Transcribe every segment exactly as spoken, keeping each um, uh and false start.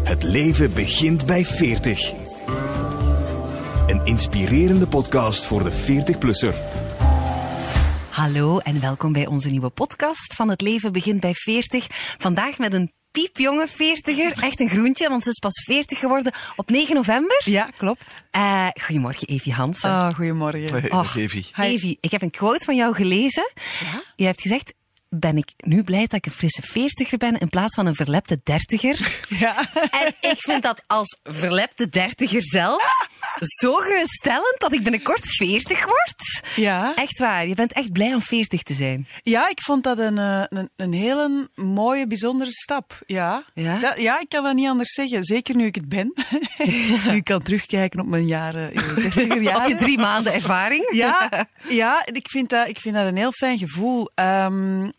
Het leven begint bij veertig. Een inspirerende podcast voor de veertig-plusser. Hallo en welkom bij onze nieuwe podcast van Het leven begint bij veertig. Vandaag met een piepjonge veertiger, echt een groentje, want ze is pas veertig geworden op negen november. Ja, klopt. Uh, goedemorgen, Evie Hansen. Oh, goedemorgen. Hey, Oh, Evie. Evie, ik heb een quote van jou gelezen. Ja? Je hebt gezegd, ben ik nu blij dat ik een frisse veertiger ben in plaats van een verlepte dertiger. Ja. En ik vind dat als verlepte dertiger zelf zo geruststellend dat ik binnenkort veertig word. Ja. Echt waar, je bent echt blij om veertig te zijn. Ja, ik vond dat een, eh, een, een hele mooie, bijzondere stap. Ja. Ja? Ja, ja, ik kan dat niet anders zeggen. Zeker nu ik het ben. Nu ik kan terugkijken op mijn jaren. dertiger jaren. Op je drie maanden ervaring. Ja, ja ik, vind dat, ik vind dat een heel fijn gevoel. Um, uh,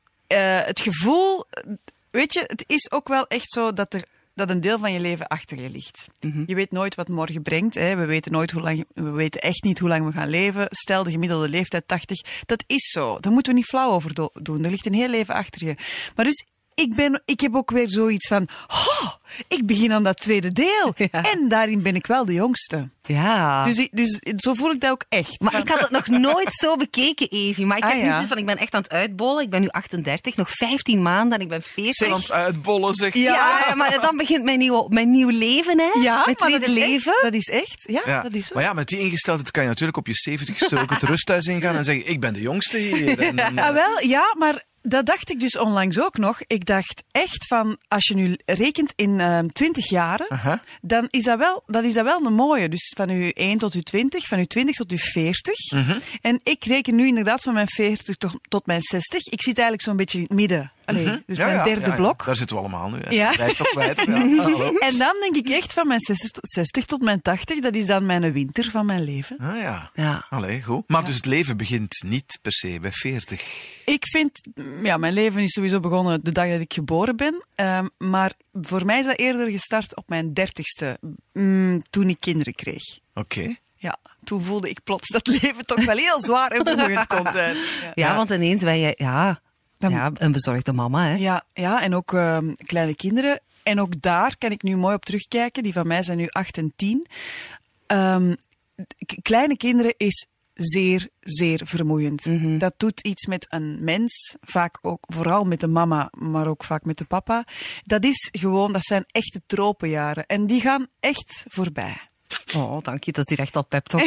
het gevoel, weet je, het is ook wel echt zo dat er dat een deel van je leven achter je ligt. Mm-hmm. Je weet nooit wat morgen brengt. Hè. We weten nooit hoe lang, we weten echt niet hoe lang we gaan leven. Stel de gemiddelde leeftijd tachtig. Dat is zo. Daar moeten we niet flauw over do- doen. Er ligt een heel leven achter je. Maar dus ik ben, ik heb ook weer zoiets van, oh, ik begin aan dat tweede deel. Ja. En daarin ben ik wel de jongste. Ja. Dus, dus zo voel ik dat ook echt. Maar ik had het nog nooit zo bekeken, Evie. Maar ik heb ah, nu ja. zoiets van, ik ben echt aan het uitbollen. Ik ben nu achtendertig, nog vijftien maanden en ik ben veertig. Zeg, uitbollen, zeg. Ja, ja, maar dan begint mijn nieuw, mijn nieuw leven, hè? Ja, mijn tweede dat leven. Echt, dat is echt. Ja, Ja. dat is zo. Maar ja, met die ingesteldheid kan je natuurlijk op je zeventigste ook het rusthuis ingaan en zeggen, ik ben de jongste hier. En dan, Ah, wel, ja, maar dat dacht ik dus onlangs ook nog. Ik dacht echt van, als je nu rekent in uh, twintig jaren, uh-huh. dan, is dat wel, dan is dat wel een mooie. Dus van uw één tot uw twintig, van uw twintig tot uw veertig. Uh-huh. En ik reken nu inderdaad van mijn veertig tot, tot mijn zestig. Ik zit eigenlijk zo'n beetje in het midden. Allee, uh-huh. Dus ja, mijn ja, derde ja, ja. blok. Daar zitten we allemaal nu. Hè. Ja. Wij toch kwijt. Ja. Hallo. En dan denk ik echt van mijn zestig tot mijn tachtig, dat is dan mijn winter van mijn leven. Ah ja. Ja. Allee, goed. Maar ja. dus het leven begint niet per se bij veertig. Ik vind, ja, mijn leven is sowieso begonnen de dag dat ik geboren ben. Um, maar voor mij is dat eerder gestart op mijn dertigste, um, toen ik kinderen kreeg. Oké. Okay. Ja, toen voelde ik plots dat leven toch wel heel zwaar en vermoeiend kon zijn. Ja, ja, ja. Want ineens ben je, ja, ja, een bezorgde mama, hè? Ja, ja en ook um, kleine kinderen. En ook daar kan ik nu mooi op terugkijken. Die van mij zijn nu acht en tien. Um, k- kleine kinderen is zeer, zeer vermoeiend. Mm-hmm. Dat doet iets met een mens, vaak ook, vooral met de mama, maar ook vaak met de papa. Dat is gewoon, dat zijn echte tropenjaren. En die gaan echt voorbij. Oh, dank je. Dat is hier echt al pep talk.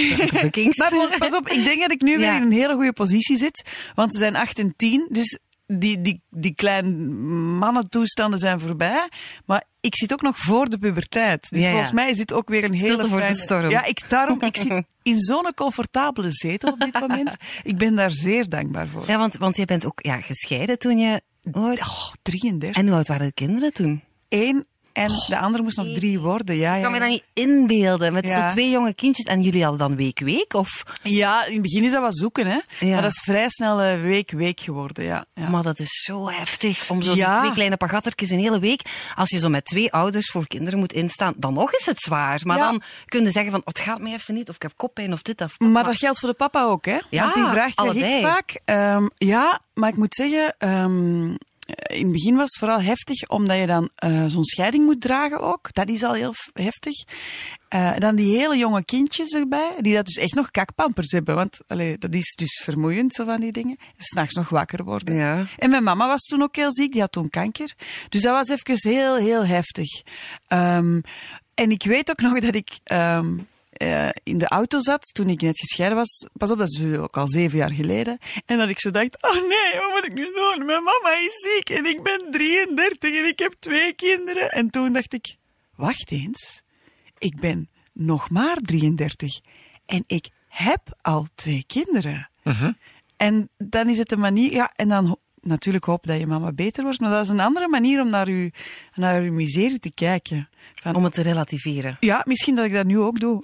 Maar pas op, ik denk dat ik nu ja. weer in een hele goede positie zit. Want ze zijn acht en tien, dus die, die, die kleine mannentoestanden zijn voorbij. Maar ik zit ook nog voor de puberteit. Dus ja, volgens ja. mij is dit ook weer een hele Stilte voor fijne... de storm. Ja, ik, daarom, ik zit in zo'n comfortabele zetel op dit moment. Ik ben daar zeer dankbaar voor. Ja, want, want je bent ook ja, gescheiden toen je... Oh, drieëndertig. En hoe oud waren de kinderen toen? Eén. En oh, de andere moest nog drie worden. Ja, ja. Ik kan me dat niet inbeelden. Met ja. zo twee jonge kindjes. En jullie hadden dan week-week? Of? Ja, in het begin is dat wat zoeken. Hè? Ja. Maar dat is vrij snel week-week geworden. Ja. Ja. Maar dat is zo heftig. Om zo ja. twee kleine pagattertjes een hele week. Als je zo met twee ouders voor kinderen moet instaan. Dan nog is het zwaar. Maar ja. dan kun je zeggen van, oh, het gaat me even niet. Of ik heb koppijn of dit of dat. Maar dat geldt voor de papa ook. Hè? Ja, want die vraag krijg ik vaak. Um, ja, maar ik moet zeggen... Um, in het begin was het vooral heftig, omdat je dan uh, zo'n scheiding moet dragen ook. Dat is al heel f- heftig. Uh, dan die hele jonge kindjes erbij, die dat dus echt nog kakpampers hebben. Want allee, dat is dus vermoeiend, zo van die dingen. 'S'nachts nog wakker worden. Ja. En mijn mama was toen ook heel ziek, die had toen kanker. Dus dat was even heel, heel heftig. Um, en ik weet ook nog dat ik... Um, Uh, in de auto zat toen ik net gescheiden was. Pas op, dat is ook al zeven jaar geleden. En dat ik zo dacht, oh nee, wat moet ik nu doen? Mijn mama is ziek en ik ben drieëndertig en ik heb twee kinderen. En toen dacht ik, wacht eens, ik ben nog maar drieëndertig en ik heb al twee kinderen. Uh-huh. En dan is het een manier, ja, en dan natuurlijk hoop dat je mama beter wordt, maar dat is een andere manier om naar je, naar uw miserie te kijken. Van, om het te relativeren. Ja, misschien dat ik dat nu ook doe.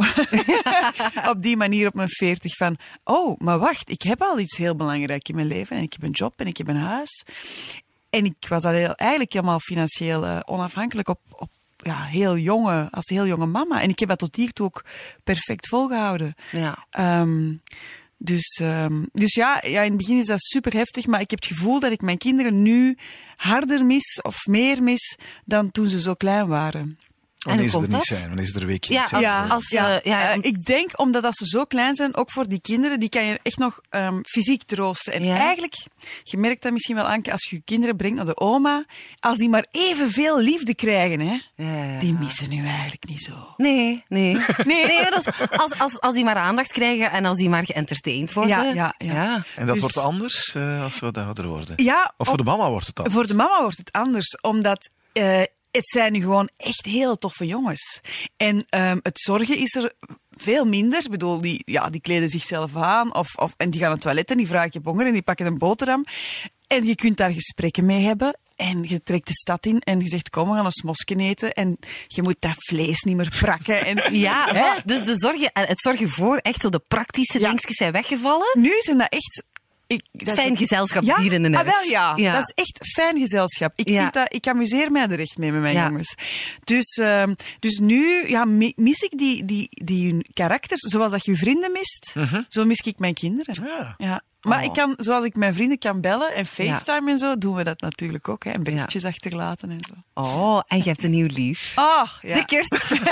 Op die manier op mijn veertig van, oh, maar wacht, ik heb al iets heel belangrijks in mijn leven. En ik heb een job en ik heb een huis. En ik was al heel, eigenlijk helemaal financieel uh, onafhankelijk op, op ja, heel jonge, als heel jonge mama. En ik heb dat tot hiertoe ook perfect volgehouden. Ja. Um, Dus, um, dus ja, ja, in het begin is dat super heftig, maar ik heb het gevoel dat ik mijn kinderen nu harder mis of meer mis dan toen ze zo klein waren. Wanneer ze er komt niet dat? zijn, wanneer ze er weekje Ja, niet zijn. als- als- ja, eh, ja, eh, om- ik denk omdat als ze zo klein zijn, ook voor die kinderen, die kan je echt nog um, fysiek troosten. En Ja. eigenlijk, je merkt dat misschien wel, Anke, als je je kinderen brengt naar de oma, als die maar evenveel liefde krijgen, hè, Ja. die missen nu eigenlijk niet zo. Nee, nee. nee. nee dus als, als, als die maar aandacht krijgen en als die maar geëntertained worden. Ja, ja, ja. En dat Dus- wordt anders uh, als we wat ouder worden? Ja, Of voor op- de mama wordt het anders? Voor de mama wordt het anders, omdat uh, het zijn nu gewoon echt heel toffe jongens. En um, het zorgen is er veel minder. Ik bedoel, die, ja, die kleden zichzelf aan of, of, en die gaan naar het toilet en die vragen je honger en die pakken een boterham. En je kunt daar gesprekken mee hebben. En je trekt de stad in en je zegt, kom, we gaan een smosken eten. En je moet dat vlees niet meer prakken. En, Ja, hè? dus de zorgen, het zorgen voor echt zo de praktische Ja. dingetjes zijn weggevallen. Nu zijn dat echt... Ik, dat is- Fijn gezelschap ja? hier in de Ah, huis. wel, ja. Ja. Dat is echt fijn gezelschap. Ik, Ja. vind dat, ik amuseer mij er echt mee met mijn Ja. jongens. Dus, um, dus nu ja, mi- mis ik die, die, die hun karakters. Zoals dat je je vrienden mist, Mhm. zo mis ik mijn kinderen. Ja. Ja. Maar Oh. ik kan, zoals ik mijn vrienden kan bellen en FaceTime en zo, doen we dat natuurlijk ook. Hè, en berichtjes achterlaten en zo. Oh, en je hebt een nieuw lief. Ach, ja. De Kurt.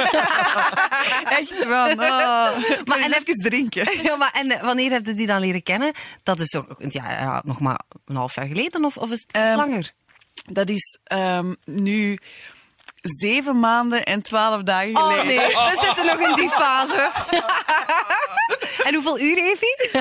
Echt van, oh. Maar Maar en en even drinken. Ja, maar en eh, wanneer heb je die dan leren kennen? Dat is ook, ja, ja, nog maar een half jaar geleden of, of is het Ehm, langer? Dat is um, nu zeven maanden en twaalf dagen Oh geleden. nee, we zitten nog in die fase. En hoeveel uur heeft hij?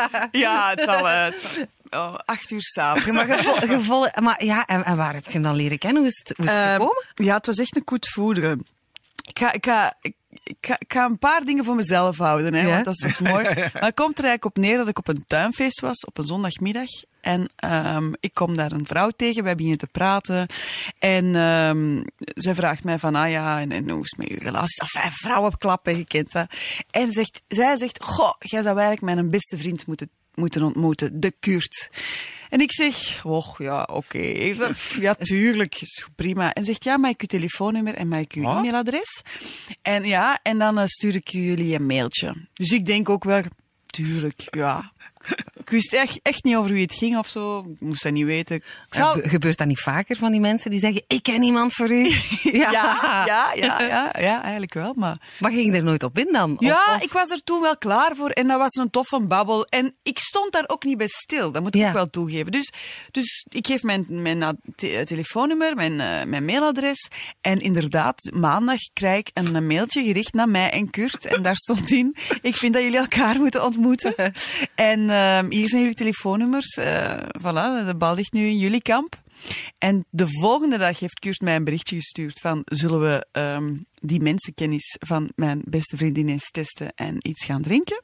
Ja, het zal het, oh, acht uur s'avonds. Maar, gevol, gevol, maar ja, en, en waar heb je hem dan leren kennen? Hoe is het, hoe is het Ehm, gekomen? ja, het was echt een goed voeder. Ik ga, ik, ga, ik, ik, ga, ik ga een paar dingen voor mezelf houden, hè, Ja? want dat is toch mooi. Maar het komt er eigenlijk op neer dat ik op een tuinfeest was, op een zondagmiddag. En um, ik kom daar een vrouw tegen, wij beginnen te praten. En um, zij vraagt mij van, ah ja, en, en hoe is het met je relatie? Enfin, vrouwenklappen, je kent dat. En zegt, zij zegt, goh, jij zou eigenlijk mijn beste vriend moeten, moeten ontmoeten, de Kurt. En ik zeg, oh ja, oké, okay. Ja, tuurlijk, is goed, prima. En zegt, ja, mag ik uw telefoonnummer en mag ik uw Wat? e-mailadres? En ja, en dan uh, stuur ik jullie een mailtje. Dus ik denk ook wel, tuurlijk, ja. Ik wist echt, echt niet over wie het ging of zo. Ik moest dat niet weten. Ik zou... Ge- Gebeurt dat niet vaker van die mensen die zeggen, ik ken iemand voor u? Ja, ja, ja, ja, ja, eigenlijk wel, maar... Maar ging je er nooit op in dan? Of- Ja, of- ik was er toen wel klaar voor en dat was een toffe babbel. En ik stond daar ook niet bij stil, dat moet ik Ja. ook wel toegeven. Dus, dus ik geef mijn, mijn uh, te- telefoonnummer, mijn, uh, mijn mailadres. En inderdaad, maandag krijg ik een, een mailtje gericht naar mij en Kurt. En daar stond in, ik vind dat jullie elkaar moeten ontmoeten. En uh, hier zijn jullie telefoonnummers. Uh, voilà, de bal ligt nu in jullie kamp. En de volgende dag heeft Kurt mij een berichtje gestuurd van, zullen we um, die mensenkennis van mijn beste vriendin eens testen en iets gaan drinken?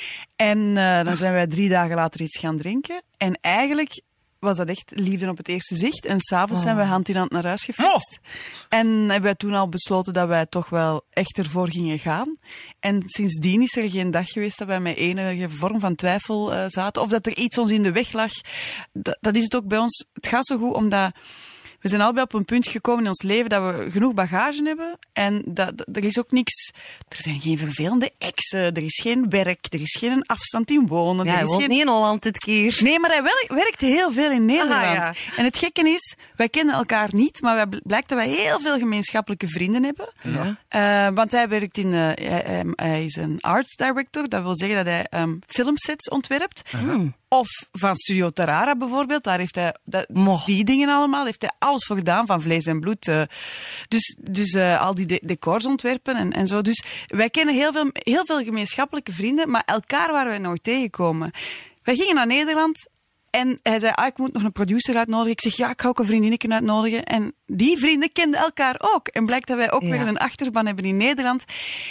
En uh, dan zijn wij drie dagen later iets gaan drinken. En eigenlijk was dat echt liefde op het eerste zicht. En s'avonds Oh. zijn we hand in hand naar huis gefietst. En hebben wij toen al besloten dat wij toch wel echt ervoor gingen gaan. En sindsdien is er geen dag geweest dat wij met enige vorm van twijfel uh, zaten. Of dat er iets ons in de weg lag. Dat, dat is het ook bij ons. Het gaat zo goed omdat... We zijn allebei op een punt gekomen in ons leven dat we genoeg bagage hebben. En dat, dat- er is ook niks... Er zijn geen vervelende exen, er is geen werk, er is geen afstand in wonen. Ja, er hij is woont geen... niet in Holland dit keer. Nee, maar hij wel- werkte heel veel in Nederland. Ah, ja. En het gekke is, wij kennen elkaar niet, maar wij bl- blijkt dat wij heel veel gemeenschappelijke vrienden hebben. Ja. Uh, want hij werkt in, uh, hij, um, hij is een art director. Dat wil zeggen dat hij um, filmsets ontwerpt. Hmm. Of van Studio Tarara bijvoorbeeld. Daar heeft hij dat, Mo. die dingen allemaal. Heeft hij alles voor gedaan, van vlees en bloed. Uh, dus dus uh, al die de- decors ontwerpen en, en zo. Dus wij kennen heel veel, heel veel gemeenschappelijke vrienden, maar elkaar waren wij nooit tegengekomen. Wij gingen naar Nederland. En hij zei, ah, ik moet nog een producer uitnodigen. Ik zeg, ja, ik ga ook een vriendinnetje uitnodigen. En die vrienden kenden elkaar ook. En blijkt dat wij ook Ja. weer een achterban hebben in Nederland.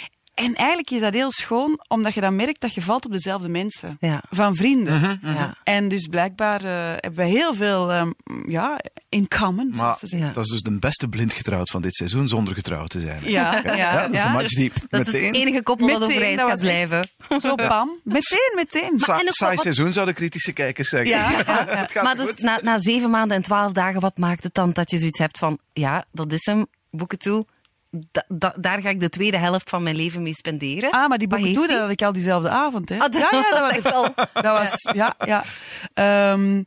En eigenlijk is dat heel schoon, omdat je dan merkt dat je valt op dezelfde mensen. Ja. Van vrienden. Ja. En dus blijkbaar uh, hebben we heel veel um, ja, in common, Maar zoals ze zeggen. Ja. dat is dus de beste blind getrouwd van dit seizoen, zonder getrouwd te zijn. hè? Ja, ja, Ja, dat is ja. de match die Dat is meteen... het enige koppel dat Meteen, overeind dat gaat was echt- blijven. Zo bam. Meteen, meteen. Sa- en ook saai wat- seizoen, zouden kritische kijkers zeggen. Ja, ja, ja. Het gaat Maar goed. dus na, na zeven maanden en twaalf dagen, wat maakt het dan dat je zoiets hebt van, ja, dat is hem, boeken toe, da, da, daar ga ik de tweede helft van mijn leven mee spenderen. Ah, maar die Wat boeken heeft toe, die? dat had ik al diezelfde avond. Hè. Ah, dat- ja, ja, dat was, echt wel. dat was ja, ja. Ehm,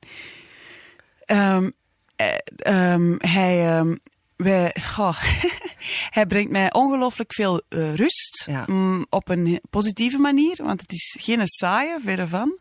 ehm, eh, ehm, hij, ehm, wij, goh, hij brengt mij ongelooflijk veel uh, rust. Ja. Mm, op een positieve manier, want het is geen saaie, verre van.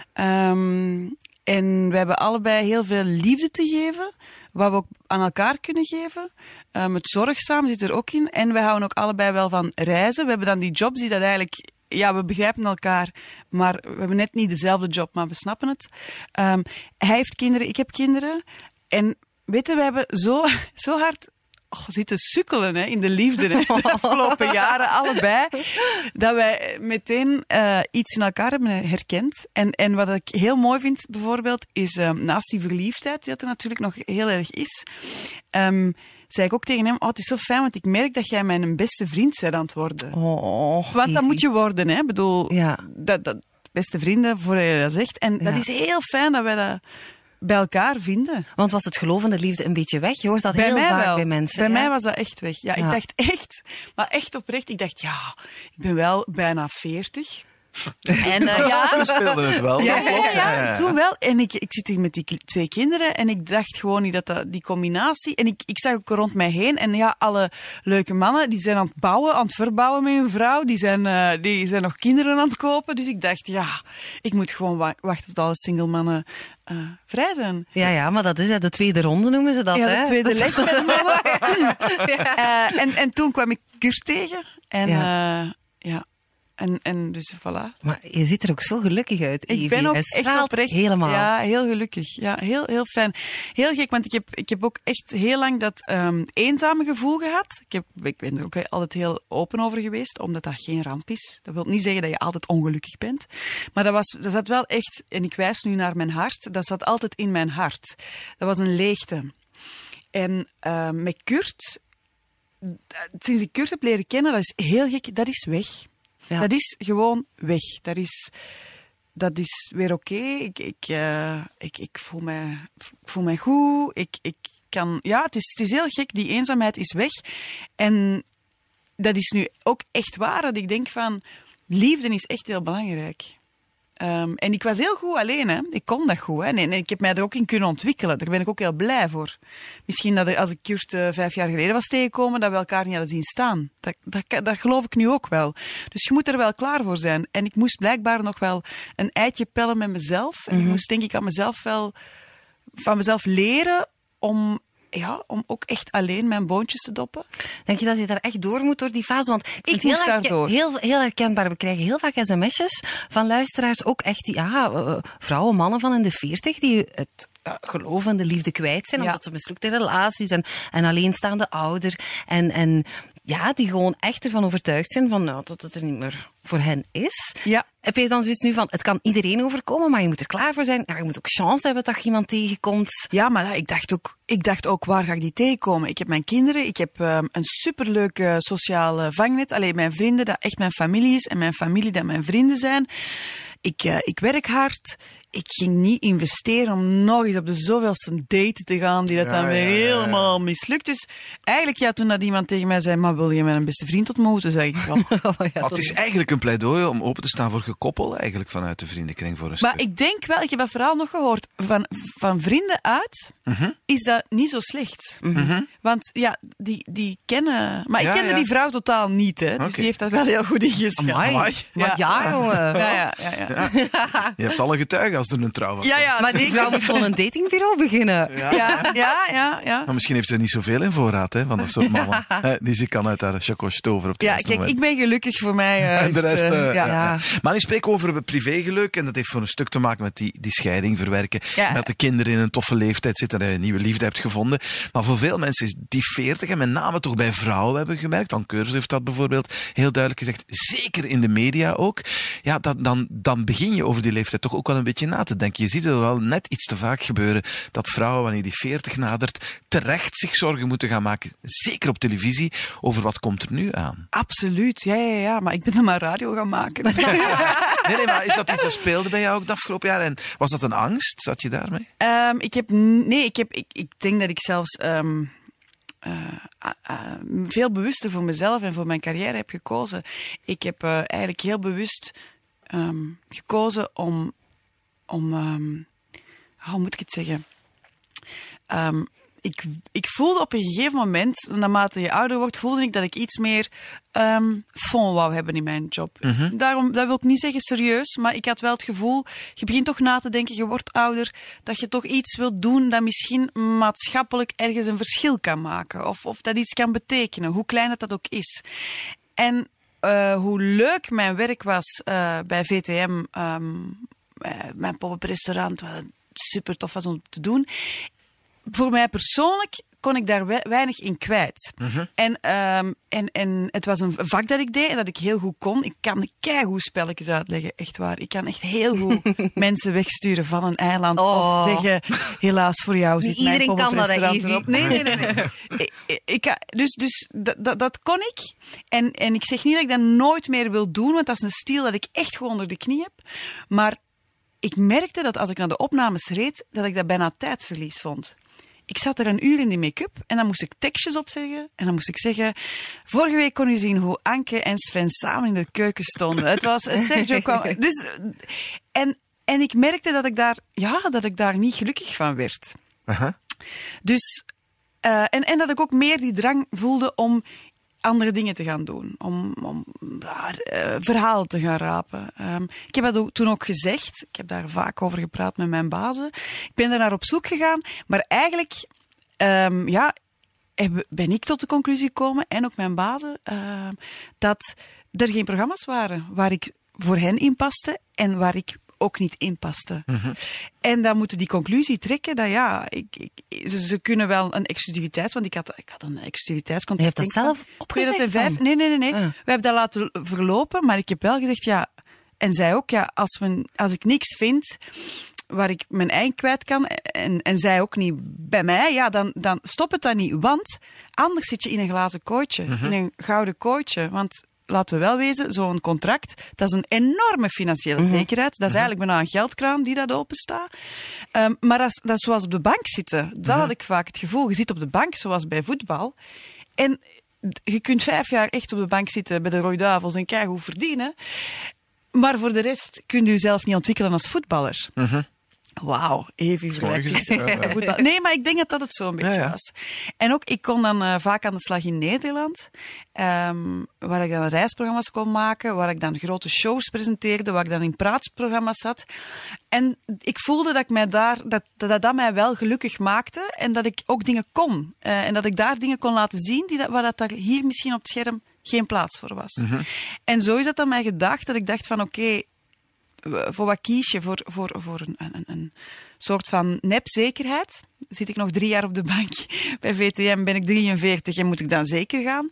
Um, en we hebben allebei heel veel liefde te geven, wat we ook aan elkaar kunnen geven. Um, het zorgzaam zit er ook in. En we houden ook allebei wel van reizen. We hebben dan die jobs die dat eigenlijk... Ja, we begrijpen elkaar, maar we hebben net niet dezelfde job, maar we snappen het. Um, hij heeft kinderen, ik heb kinderen. En weet je, we hebben zo, zo hard... Oh, zitten sukkelen hè, in de liefde hè, de afgelopen jaren, allebei, dat wij meteen uh, iets in elkaar hebben herkend. En, en wat ik heel mooi vind, bijvoorbeeld, is um, naast die verliefdheid, die er natuurlijk nog heel erg is, um, zei ik ook tegen hem, oh, het is zo fijn, want ik merk dat jij mijn beste vriend bent aan het worden. Oh, Want dat moet je worden, hè. Ik bedoel, Ja. dat, dat, beste vrienden, voor je dat zegt. En Ja. dat is heel fijn dat wij dat bij elkaar vinden. Want was het gelovende liefde een beetje weg? Je hoort dat Bij heel mij vaak wel. bij mensen. Bij ja? mij was dat echt weg. Ja, Ja. ik dacht echt, maar echt oprecht, ik dacht, ja, ik ben wel bijna veertig. En uh, ja, Toen speelde het wel. ja, dat klopt. ja, ja, toen wel. En ik, ik zit hier met die ki- twee kinderen en ik dacht gewoon niet dat, dat die combinatie... En ik, ik zag ook rond mij heen en ja, alle leuke mannen, die zijn aan het bouwen, aan het verbouwen met hun vrouw. Die zijn, uh, die zijn nog kinderen aan het kopen. Dus ik dacht, ja, ik moet gewoon wa- wachten tot alle single mannen uh, vrij zijn. Ja, ja, maar dat is hè, de tweede ronde noemen ze dat. Ja, hè? de tweede leg met de mannen. Ja. Uh, en, en toen kwam ik Kurt tegen. En Ja. ja, ja. En, en dus voilà. Maar je ziet er ook zo gelukkig uit, Evie. Ik ben ook Hij echt straalt oprecht. helemaal. Ja, heel gelukkig. Ja, heel, heel fijn. Heel gek, want ik heb, ik heb ook echt heel lang dat um, eenzame gevoel gehad. Ik, heb, ik ben er ook altijd heel open over geweest, omdat dat geen ramp is. Dat wil niet zeggen dat je altijd ongelukkig bent. Maar dat, was, dat zat wel echt, en ik wijs nu naar mijn hart, dat zat altijd in mijn hart. Dat was een leegte. En uh, met Kurt, sinds ik Kurt heb leren kennen, dat is heel gek, dat is weg. Ja. Dat is gewoon weg. Dat is, dat is weer oké. Okay. Ik, ik, uh, ik, ik, voel mij, ik voel mij goed. Ik, ik kan, ja, het is, het is heel gek. Die eenzaamheid is weg. En dat is nu ook echt waar. Dat ik denk van, liefde is echt heel belangrijk. Um, en ik was heel goed alleen, hè. Ik kon dat goed, hè. En, en ik heb mij er ook in kunnen ontwikkelen. Daar ben ik ook heel blij voor. Misschien dat ik, als ik Kurt uh, vijf jaar geleden was tegengekomen, dat we elkaar niet hadden zien staan. Dat, dat, dat geloof ik nu ook wel. Dus je moet er wel klaar voor zijn. En ik moest blijkbaar nog wel een eitje pellen met mezelf. En Mm-hmm. ik moest denk ik aan mezelf wel, van mezelf leren om... Ja, om ook echt alleen mijn boontjes te doppen. Denk je dat je daar echt door moet, door die fase? Want ik, vind het moest heel, herken- daardoor. heel, heel herkenbaar. We krijgen heel vaak sms'jes van luisteraars, ook echt die, ja, uh, vrouwen, mannen van in de veertig, die het uh, geloof in de liefde kwijt zijn, Ja. omdat ze mislukte relaties en, en alleenstaande ouder. En, en ja, die gewoon echt ervan overtuigd zijn van, nou, dat het er niet meer voor hen is. Ja. Heb je dan zoiets nu van, het kan iedereen overkomen, maar je moet er klaar voor zijn. Ja, je moet ook chance hebben dat je iemand tegenkomt. Ja, maar ja, ik dacht ook, ik dacht ook, waar ga ik die tegenkomen? Ik heb mijn kinderen, ik heb um, een superleuk uh, sociaal vangnet. Alleen mijn vrienden, dat echt mijn familie is en mijn familie dat mijn vrienden zijn. Ik, uh, ik werk hard. Ik ging niet investeren om nog eens op de zoveelste date te gaan die dat Ja, dan weer ja, ja, ja. helemaal mislukt. Dus eigenlijk, ja, toen dat iemand tegen mij zei, maar wil je mijn beste vriend ontmoeten? Zeg ik, wel. Oh, ja, Maar het is eigenlijk een pleidooi om open te staan voor gekoppel, eigenlijk vanuit de vriendenkring voor een Maar stuk. ik denk wel, ik heb dat verhaal nog gehoord, van, van vrienden uit Mhm. is dat niet zo slecht. Mhm. Want ja, die, die kennen... Maar Ja, ik kende ja. die vrouw totaal niet, hè. Dus Oké. die heeft dat wel heel goed ingeschat. Amai. Amai. Maar ja, Ja. jongen. Ja, ja, ja. Ja, Je hebt alle getuigen als er een trouw was. ja, ja, Maar die zeker. vrouw moet gewoon een datingbureau beginnen. Ja. Ja, ja, ja, ja. Maar misschien heeft ze niet zoveel in voorraad hè, van dat soort mannen. Hè, die ze kan uit haar chakos toveren op het Ja, juiste kijk, moment. ik ben gelukkig voor mij. uh, En de is rest... het, uh, eh, ja. ja. Ja. Maar nu spreken we over privégeluk en dat heeft voor een stuk te maken met die, die scheiding verwerken. Ja. Dat de kinderen in een toffe leeftijd zitten en je een nieuwe liefde hebt gevonden. Maar voor veel mensen is die veertig, en met name toch bij vrouwen hebben we gemerkt, Anne Keurse heeft dat bijvoorbeeld heel duidelijk gezegd, zeker in de media ook, ja, dat, dan, dan begin je over die leeftijd toch ook wel een beetje na te denken. Je ziet het wel net iets te vaak gebeuren dat vrouwen, wanneer die veertig nadert, terecht zich zorgen moeten gaan maken, zeker op televisie, over wat komt er nu aan. Absoluut, ja, ja, ja. Maar ik ben dan maar radio gaan maken. Nee, nee, maar is dat iets dat speelde bij jou ook het afgelopen jaar? En was dat een angst? Zat je daarmee? Um, ik heb... Nee, ik, heb, ik, ik denk dat ik zelfs... Um, uh, uh, uh, veel bewuster voor mezelf en voor mijn carrière heb gekozen. Ik heb uh, eigenlijk heel bewust um, gekozen om... om um, hoe moet ik het zeggen? Um, ik, ik voelde op een gegeven moment, naarmate je ouder wordt, voelde ik dat ik iets meer um, fond wou hebben in mijn job. Mm-hmm. Daarom, dat wil ik niet zeggen serieus, maar ik had wel het gevoel, je begint toch na te denken, je wordt ouder, dat je toch iets wilt doen dat misschien maatschappelijk ergens een verschil kan maken. Of, of dat iets kan betekenen, hoe klein het dat ook is. En uh, hoe leuk mijn werk was uh, bij V T M, um, uh, mijn pop-up restaurant, wat super tof was om te doen. Voor mij persoonlijk kon ik daar we- weinig in kwijt. Mm-hmm. En, um, en, en het was een vak dat ik deed en dat ik heel goed kon. Ik kan keigoed spelletjes uitleggen, echt waar. Ik kan echt heel goed mensen wegsturen van een eiland. Oh. Of zeggen, helaas voor jou zit mijn pop-up restaurant erop. Nee, nee, nee. nee. ik, ik, ik, dus dus dat, dat, dat kon ik. En, en ik zeg niet dat ik dat nooit meer wil doen, want dat is een stil dat ik echt gewoon onder de knie heb. Maar ik merkte dat als ik naar de opnames reed, dat ik dat bijna tijdverlies vond. Ik zat er een uur in die make-up en dan moest ik tekstjes opzeggen. En dan moest ik zeggen... Vorige week kon u zien hoe Anke en Sven samen in de keuken stonden. Het was... Sergio kwam... Dus, en, en ik merkte dat ik daar... Ja, dat ik daar niet gelukkig van werd. Uh-huh. Dus... Uh, en, en dat ik ook meer die drang voelde om andere dingen te gaan doen. Om, om uh, verhalen te gaan rapen. Um, ik heb dat ook, toen ook gezegd. Ik heb daar vaak over gepraat met mijn bazen. Ik ben daar naar op zoek gegaan. Maar eigenlijk um, ja, heb, ben ik tot de conclusie gekomen, en ook mijn bazen, uh, dat er geen programma's waren waar ik voor hen in paste en waar ik ook niet inpaste. Mm-hmm. En dan moeten die conclusie trekken dat ja, ik, ik, ze, ze kunnen wel een exclusiviteit, want ik had, ik had een exclusiviteitscontract. Je hebt dat zelf opgezegd? tweeduizend vijf Nee, nee, nee. nee. Uh. We hebben dat laten verlopen, maar ik heb wel gezegd, ja, en zij ook, ja, als, we, als ik niks vind waar ik mijn eigen kwijt kan, en, en zij ook niet bij mij, ja, dan, dan stop het dan niet. Want anders zit je in een glazen kooitje, mm-hmm. in een gouden kooitje, want laten we wel wezen, zo'n contract, dat is een enorme financiële mm-hmm. zekerheid. Dat is mm-hmm. eigenlijk bijna een geldkraan die dat openstaat. Um, maar dat is, dat is zoals op de bank zitten. Dat mm-hmm. had ik vaak het gevoel. Je zit op de bank, zoals bij voetbal. En je kunt vijf jaar echt op de bank zitten bij de Rode Duivels en keigoed verdienen. Maar voor de rest kun je jezelf niet ontwikkelen als voetballer. Mm-hmm. Wauw, even vergelijkt. Uh, nee, maar ik denk dat dat het zo'n beetje ja, ja. was. En ook, ik kon dan uh, vaak aan de slag in Nederland, um, waar ik dan reisprogramma's kon maken, waar ik dan grote shows presenteerde, waar ik dan in praatprogramma's zat. En ik voelde dat ik mij daar, dat, dat dat mij wel gelukkig maakte en dat ik ook dingen kon. Uh, en dat ik daar dingen kon laten zien die dat, waar dat daar hier misschien op het scherm geen plaats voor was. Mm-hmm. En zo is dat aan mij gedacht, dat ik dacht van oké, okay, voor wat kies je? Voor, voor, voor een, een, een soort van nepzekerheid. Zit ik nog drie jaar op de bank bij V T M, ben ik drieënveertig en moet ik dan zeker gaan?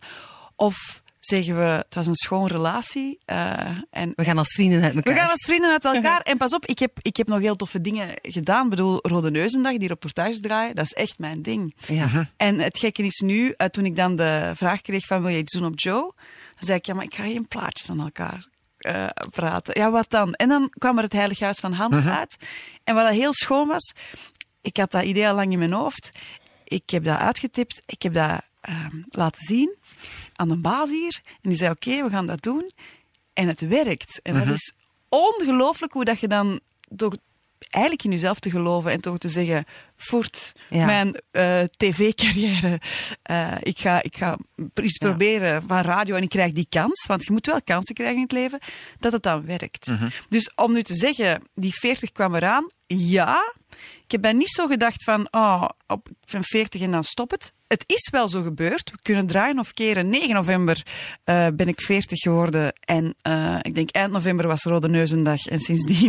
Of zeggen we, het was een schoon relatie. Uh, en we gaan als vrienden uit elkaar. We gaan als vrienden uit elkaar. En pas op, ik heb, ik heb nog heel toffe dingen gedaan. Ik bedoel, Rode Neuzendag, die reportages draaien, dat is echt mijn ding. Ja. En het gekke is nu, uh, toen ik dan de vraag kreeg van, wil je iets doen op Joe? Dan zei ik, ja, maar ik ga geen plaatjes aan elkaar Uh, praten. Ja, wat dan? En dan kwam er het Heilig Huis van Hans uh-huh. uit. En wat dat heel schoon was, ik had dat idee al lang in mijn hoofd. Ik heb dat uitgetipt. Ik heb dat uh, laten zien aan een baas hier. En die zei, oké, okay, we gaan dat doen. En het werkt. En uh-huh. dat is ongelooflijk hoe dat je dan door eigenlijk in jezelf te geloven en toch te zeggen, voort, ja. mijn uh, tv-carrière, uh, ik, ga, ik ga eens ja. proberen van radio en ik krijg die kans, want je moet wel kansen krijgen in het leven, dat het dan werkt. Uh-huh. Dus om nu te zeggen, die veertig kwam eraan, ja, ik heb dan niet zo gedacht van, oh, op, ik ben veertig en dan stop het. Het is wel zo gebeurd. We kunnen draaien of keren. negen november uh, ben ik veertig geworden. En uh, ik denk eind november was Rode Neuzendag. En sindsdien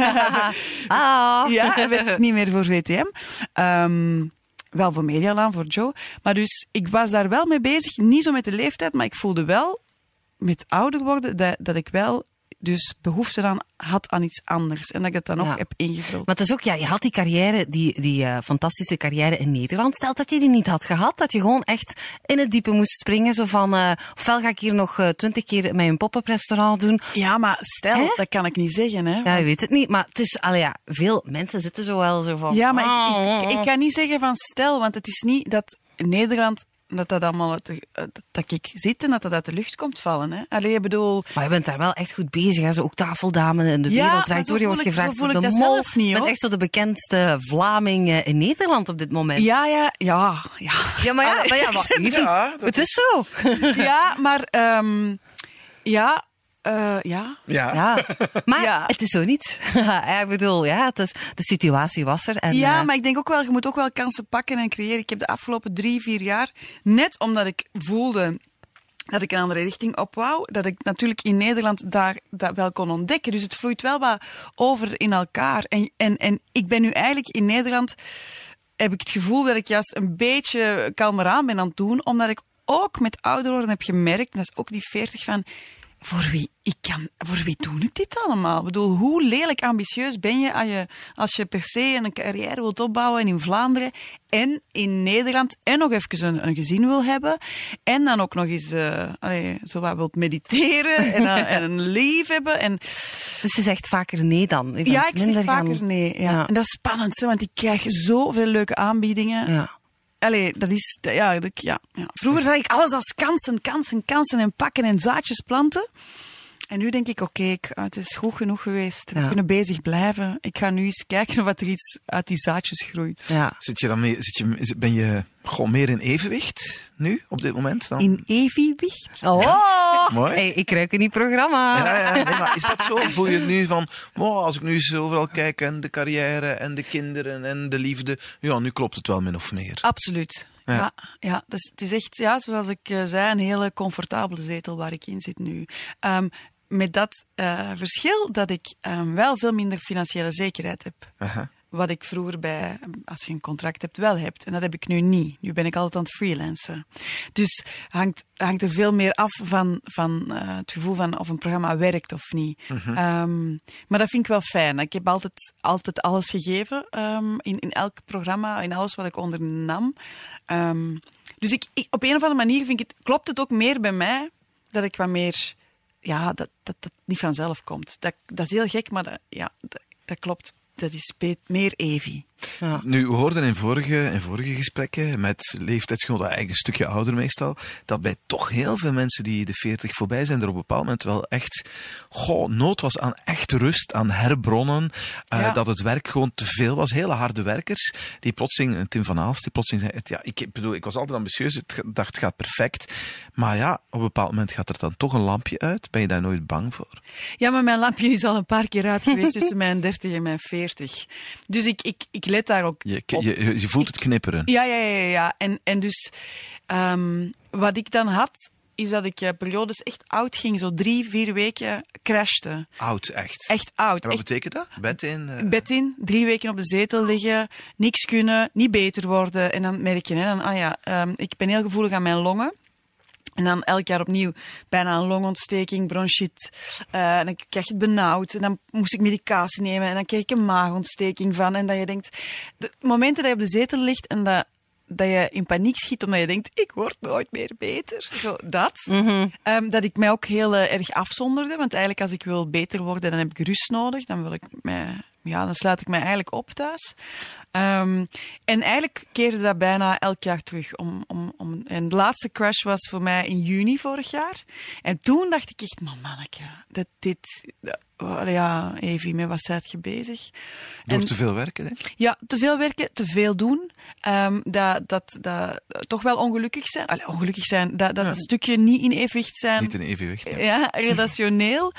ah. ja, werk ik niet meer voor V T M. Um, wel voor Medialaan, voor Joe. Maar dus, ik was daar wel mee bezig. Niet zo met de leeftijd, maar ik voelde wel, met ouder worden, dat, dat ik wel dus behoefte aan had aan iets anders. En dat ik dat dan ja. ook heb ingevuld. Maar het is ook, ja, je had die carrière, die, die uh, fantastische carrière in Nederland. Stel dat je die niet had gehad, dat je gewoon echt in het diepe moest springen. Zo van, uh, ofwel ga ik hier nog twintig uh, keer met een pop-up restaurant doen. Ja, maar stel, hè? Dat kan ik niet zeggen. Hè, want... Ja, je weet het niet. Maar het is, allee, ja, veel mensen zitten zo wel zo van... Ja, maar oh, ik, ik, ik, ik kan niet zeggen van stel, want het is niet dat Nederland Dat dat allemaal uit de, dat ik zit en dat dat uit de lucht komt vallen. Hè. Allee, ik bedoel... Maar je bent daar wel echt goed bezig. Hè? Zo ook Tafeldame en de Ja, Wereld Draait maar Door. Je zo wordt voel ik- gevraagd zo voel voor ik de dat mol. zelf niet, Je bent hoor. echt zo de bekendste Vlaming eh, in Nederland op dit moment. Ja, ja, ja, ja. Ja, maar ja, maar ja, maar, lieve, Ja, dat het is zo. Ja, maar... Um, ja, uh, ja. Ja. Ja. Maar Ja. het is zo niet. Ja, ik bedoel, ja, het is, de situatie was er. En, Ja, eh, maar ik denk ook wel, je moet ook wel kansen pakken en creëren. Ik heb de afgelopen drie, vier jaar, net omdat ik voelde dat ik een andere richting op wou, dat ik natuurlijk in Nederland daar dat wel kon ontdekken. Dus het vloeit wel wat over in elkaar. En, en, en ik ben nu eigenlijk in Nederland, heb ik het gevoel dat ik juist een beetje kalmer aan ben aan het doen, omdat ik ook met ouder worden heb gemerkt, en dat is ook die veertig van... Voor wie, ik kan, voor wie doe ik dit allemaal? Ik bedoel, hoe lelijk ambitieus ben je als je, als je per se een carrière wilt opbouwen en in Vlaanderen en in Nederland en nog even een, een gezin wil hebben en dan ook nog eens uh, allee, zo wat wilt mediteren en, uh, en een lief hebben. En, Dus je zegt vaker nee dan. Je bent ja, ik zeg minder vaker gaan- nee. Ja. Ja. En dat is spannend, hè, want ik krijg zoveel leuke aanbiedingen. Ja. Allee, dat is... Ja, dat, ja, ja. Vroeger zag ik alles als kansen, kansen, kansen en pakken en zaadjes planten. En nu denk ik, oké, ik- het is goed genoeg geweest. We Ja. kunnen bezig blijven. Ik ga nu eens kijken of er iets uit die zaadjes groeit. Ja. Zit je dan mee, zit je, is- ben je gewoon meer in evenwicht nu, op dit moment? Dan? In evenwicht. Oh, Mooi. Hey, ik ruik in die programma. Ja, ja, nee, maar is dat zo? Voel je nu van, wow, als ik nu eens overal kijk en de carrière en de kinderen en de liefde, ja, nu klopt het wel min of meer. Absoluut. Ja. Ja, ja, dus het is echt, ja, zoals ik eh, zei, een hele comfortabele zetel waar ik in zit nu. Ehm, met dat eh, verschil dat ik ehm, wel veel minder financiële zekerheid heb. Aha. Wat ik vroeger bij, als je een contract hebt, wel hebt. En dat heb ik nu niet. Nu ben ik altijd aan het freelancen. Dus hangt, hangt er veel meer af van, van uh, het gevoel van of een programma werkt of niet. Mhm. Um, maar dat vind ik wel fijn. Ik heb altijd, altijd alles gegeven um, in, in elk programma, in alles wat ik ondernam. Um, dus ik, ik, op een of andere manier vind ik het, klopt het ook meer bij mij dat ik wat meer... Ja, dat dat, dat niet vanzelf komt. Dat, dat is heel gek, maar dat, ja, dat, dat klopt. Dat is be- meer Evie. Ja. Nu, we hoorden in vorige, in vorige gesprekken met leeftijdsgenoten, eigenlijk een stukje ouder meestal, dat bij toch heel veel mensen die de veertig voorbij zijn, er op een bepaald moment wel echt goh, nood was aan echt rust, aan herbronnen. Uh, Ja. Dat het werk gewoon te veel was. Hele harde werkers, die plotseling, Tim van Aalst, die plotseling zei, het, ja, ik bedoel, ik was altijd ambitieus, ik dacht, het gaat perfect. Maar ja, op een bepaald moment gaat er dan toch een lampje uit. Ben je daar nooit bang voor? Ja, maar mijn lampje is al een paar keer uit geweest tussen mijn dertig en mijn veertig. Dus ik, ik, ik let daar ook Je, op. je, je voelt het knipperen. Ja, ja, ja. ja. En, en dus um, wat ik dan had, is dat ik uh, periodes echt oud ging. Zo drie, vier weken crashte. Oud, echt. Echt oud. En wat Echt betekent dat? Bed in? Uh... bed in, drie weken op de zetel liggen, niks kunnen, niet beter worden. En dan merk je, hè, dan, ah ja, um, ik ben heel gevoelig aan mijn longen. En dan elk jaar opnieuw bijna een longontsteking, bronchiet. Uh, en dan krijg je het benauwd. En dan moest ik medicatie nemen. En dan kreeg ik een maagontsteking van. En dat je denkt... De momenten dat je op de zetel ligt en dat, dat je in paniek schiet omdat je denkt, ik word nooit meer beter. Zo, dat. Mm-hmm. Um, dat ik mij ook heel uh, erg afzonderde. Want eigenlijk als ik wil beter worden, dan heb ik rust nodig. Dan wil ik mij... Ja, dan sluit ik mij eigenlijk op thuis. Um, en eigenlijk keerde dat bijna elk jaar terug. Om, om, om, en de laatste crash was voor mij in juni vorig jaar. En toen dacht ik echt, man, manneke, dat dit... Dat, oh, ja, Evie, met wat zijt je bezig? Door En- te veel werken, denk ik? Ja, te veel werken, te veel doen. Um, dat, dat, dat toch wel ongelukkig zijn. Allee, ongelukkig zijn, dat, dat Ja. een stukje niet in evenwicht zijn. Niet in evenwicht. Ja. Ja, relationeel.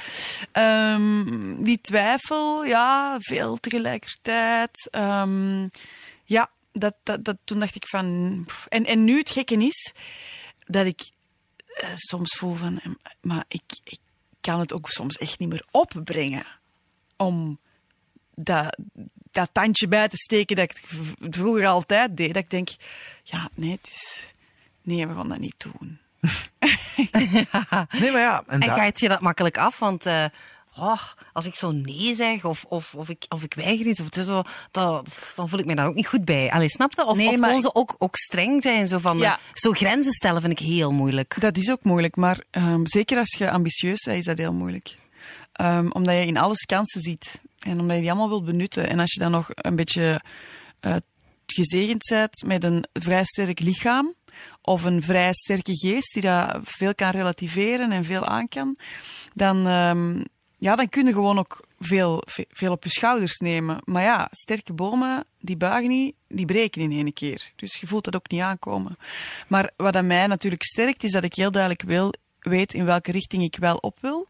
Um, die twijfel, ja, veel tegelijkertijd. Um, ja, dat, dat, dat, toen dacht ik van... pff. En, en nu het gekke is dat ik uh, soms voel van... eh, Maar ik, ik kan het ook soms echt niet meer opbrengen om dat, dat tandje bij te steken dat ik v- vroeger altijd deed. Dat ik denk, ja, nee, het is... Nee, we gaan dat niet doen. Nee, maar ja. En En daar- gaat je dat makkelijk af? Want eh, oh, als ik zo nee zeg of, of, of, ik, of ik weiger iets, of het is zo, dat, dan voel ik me daar ook niet goed bij. Allee, snap je? Of, Nee, of maar gewoon ik- zo ook, ook streng zijn. Zo, van, Ja. eh, zo grenzen stellen vind ik heel moeilijk. Dat is ook moeilijk, maar um, zeker als je ambitieus bent, is dat heel moeilijk. Um, omdat je in alles kansen ziet. En omdat je die allemaal wilt benutten. En als je dan nog een beetje uh, gezegend bent met een vrij sterk lichaam, of een vrij sterke geest die dat veel kan relativeren en veel aan kan, dan, um, ja, dan kun je gewoon ook veel, veel op je schouders nemen. Maar ja, sterke bomen, die buigen niet, die breken in één keer. Dus je voelt dat ook niet aankomen. Maar wat aan mij natuurlijk sterkt, is dat ik heel duidelijk wil, weet in welke richting ik wel op wil.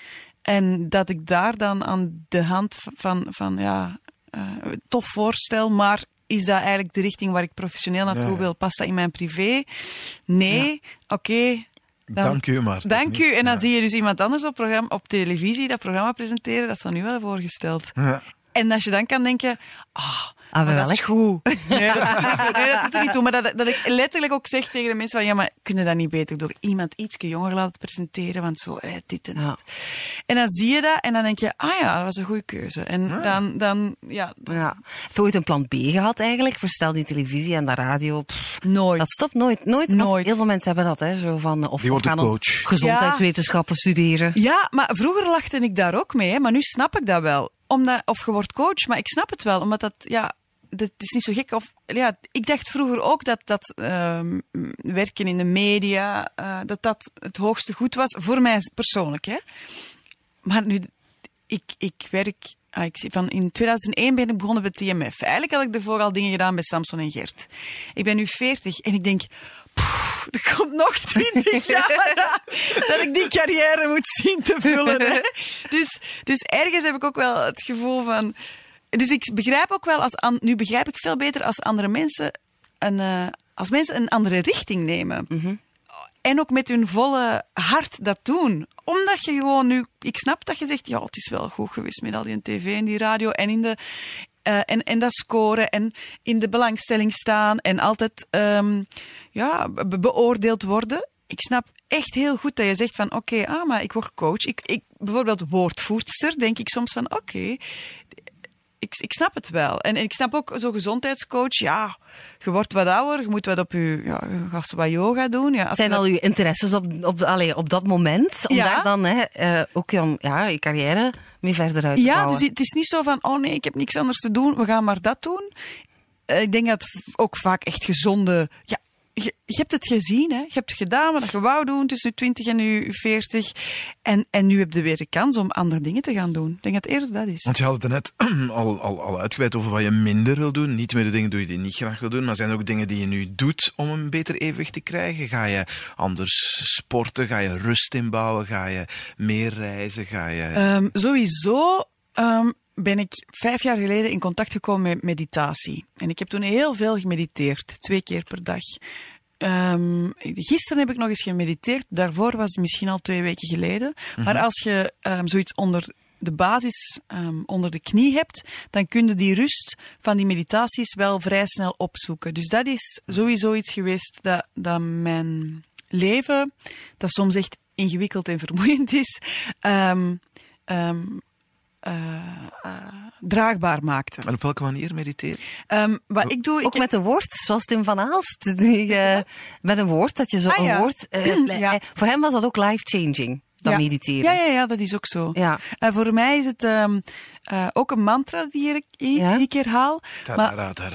En dat ik daar dan aan de hand van, van ja, uh, tof voorstel, maar is dat eigenlijk de richting waar ik professioneel naartoe ja. wil? Past dat in mijn privé? Nee, ja. oké. Okay, dank u maar. Dank u. En dan ja. zie je dus iemand anders op, programma, op televisie dat programma presenteren, dat is dan nu wel voorgesteld. Ja. En als je dan kan denken, oh, ah, maar wel dat is goed. Nee, dat doet er, nee, dat doet er niet toe. Maar dat, dat ik letterlijk ook zeg tegen de mensen van, ja, maar kunnen dat niet beter door iemand ietsje jonger laten presenteren, want zo, eh, dit en dat. Ja. En dan zie je dat en dan denk je, ah ja, dat was een goede keuze. En ja. dan, dan, ja. ja. Heb je ooit een plan B gehad eigenlijk? Voorstel die televisie en de radio. Pff, nooit. Dat stopt nooit. Nooit. nooit. Heel veel mensen hebben dat, hè. Zo van, of die wordt gaan coach. gezondheidswetenschappen ja. studeren. Ja, maar vroeger lachte ik daar ook mee, hè. Maar nu snap ik dat wel. Omdat, of je wordt coach, maar ik snap het wel, omdat dat, ja, dat is niet zo gek. Of, ja, ik dacht vroeger ook dat, dat uh, werken in de media, uh, dat dat het hoogste goed was, voor mij persoonlijk. Hè. Maar nu, ik, ik werk, ah, ik, van in tweeduizend één ben ik begonnen bij T M F. Eigenlijk had ik daarvoor al dingen gedaan bij Samson en Gert. Ik ben nu veertig en ik denk, pff, er komt nog twintig jaar aan dat ik die carrière moet zien te vullen. Hè. Dus, dus ergens heb ik ook wel het gevoel van... Dus ik begrijp ook wel, als an, nu begrijp ik veel beter als andere mensen een, uh, als mensen een andere richting nemen. Mm-hmm. En ook met hun volle hart dat doen. Omdat je gewoon nu... Ik snap dat je zegt, ja, het is wel goed geweest met al die tv en die radio en in de... Uh, en, en dat scoren en in de belangstelling staan en altijd um, ja, be- beoordeeld worden. Ik snap echt heel goed dat je zegt van, oké, okay, ah, maar ik word coach. Ik, ik, bijvoorbeeld woordvoerster, denk ik soms van, oké, okay, ik, ik snap het wel. En, en ik snap ook zo'n gezondheidscoach, ja, je wordt wat ouder, je moet wat op je, ja, je gaat wat yoga doen. Ja, zijn dat... al uw interesses op, op, allez, op dat moment, om ja. daar dan hè, uh, ook dan, ja, je carrière mee verder uit te ja, bouwen? Dus het is niet zo van, oh nee, ik heb niks anders te doen, we gaan maar dat doen. Uh, ik denk dat ook vaak echt gezonde... Ja, Je, je hebt het gezien, hè? Je hebt gedaan wat je wou doen tussen je twintig en je veertig. En, en nu heb je weer de kans om andere dingen te gaan doen. Ik denk dat het eerder dat is. Want je had het net al, al, al uitgeweid over wat je minder wil doen. Niet meer de dingen doe je die je niet graag wil doen. Maar zijn er ook dingen die je nu doet om een beter evenwicht te krijgen? Ga je anders sporten? Ga je rust inbouwen? Ga je meer reizen? Ga je... Um, sowieso... Um, ben ik vijf jaar geleden in contact gekomen met meditatie. En ik heb toen heel veel gemediteerd, twee keer per dag. Um, gisteren heb ik nog eens gemediteerd, daarvoor was het misschien al twee weken geleden. Mm-hmm. Maar als je um, zoiets onder de basis, um, onder de knie hebt, dan kun je die rust van die meditaties wel vrij snel opzoeken. Dus dat is sowieso iets geweest dat, dat mijn leven, dat soms echt ingewikkeld en vermoeiend is, um, um, Uh, uh, draagbaar maakte. En op welke manier mediteren? Um, wat ik doe, ook ik met een woord, zoals Tim van Aalst. Die, uh, met een woord, dat je zo ah, een ja. woord... Uh, ja. Voor hem was dat ook life-changing, dat ja. mediteren. Ja, ja, ja, dat is ook zo. Ja. Uh, voor mij is het um, uh, ook een mantra die ik, ja. die ik herhaal. Maar...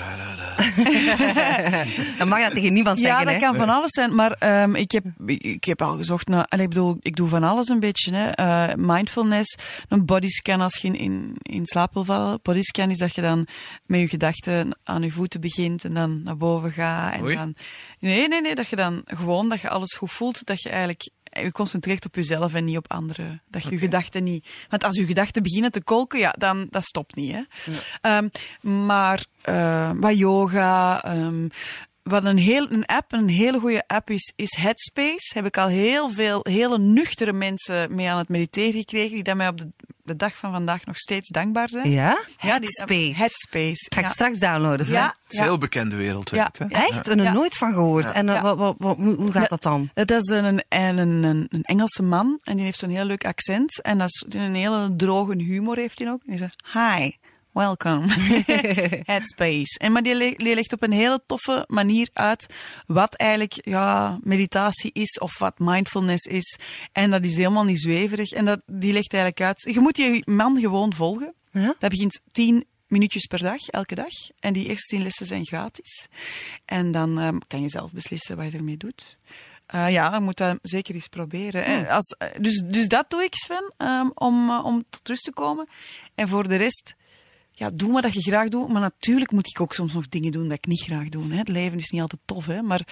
Dan mag dat tegen niemand ja, zeggen, dat hè? kan van alles zijn, maar um, ik, heb, ik heb al gezocht naar... Allee, ik bedoel, ik doe van alles een beetje. Hè. Uh, mindfulness, een bodyscan als je in, in, in slaap wil vallen. Bodyscan is dat je dan met je gedachten aan je voeten begint en dan naar boven gaat. En dan, nee, nee, nee, dat je dan gewoon, dat je alles goed voelt, dat je eigenlijk... Je concentreert op jezelf en niet op anderen. Dat je okay. je gedachten niet... Want als je gedachten beginnen te kolken, ja, dan dat stopt niet. Hè? Ja. Um, maar uh, wat yoga... Um, wat een, heel, een app, een hele goede app is, is Headspace. Heb ik al heel veel hele nuchtere mensen mee aan het mediteren gekregen, die dat mij op de, de dag van vandaag nog steeds dankbaar zijn. Ja? Ja, die, Headspace. Headspace. Ga ik ja. straks downloaden. Ja, het is ja. heel bekend wereldwijd. Ja. Hè? Echt? Er ja. nooit van gehoord. Ja. En uh, ja. wat, wat, wat, hoe gaat dat dan? Dat is een, een, een, een Engelse man en die heeft zo'n heel leuk accent. En dat is een hele droge humor heeft hij ook. En die zegt, hi. Welcome. Headspace. En maar die, die legt op een hele toffe manier uit wat eigenlijk ja, meditatie is of wat mindfulness is. En dat is helemaal niet zweverig. En dat, die legt eigenlijk uit... Je moet je man gewoon volgen. Ja? Dat begint tien minuutjes per dag, elke dag. En die eerste tien lessen zijn gratis. En dan um, kan je zelf beslissen wat je ermee doet. Uh, ja, je moet dat zeker eens proberen. Hè. Als, dus, dus dat doe ik, Sven, um, om, uh, om tot rust te komen. En voor de rest, ja, doe maar dat je graag doet. Maar natuurlijk moet ik ook soms nog dingen doen dat ik niet graag doe. Hè. Het leven is niet altijd tof, hè. Maar...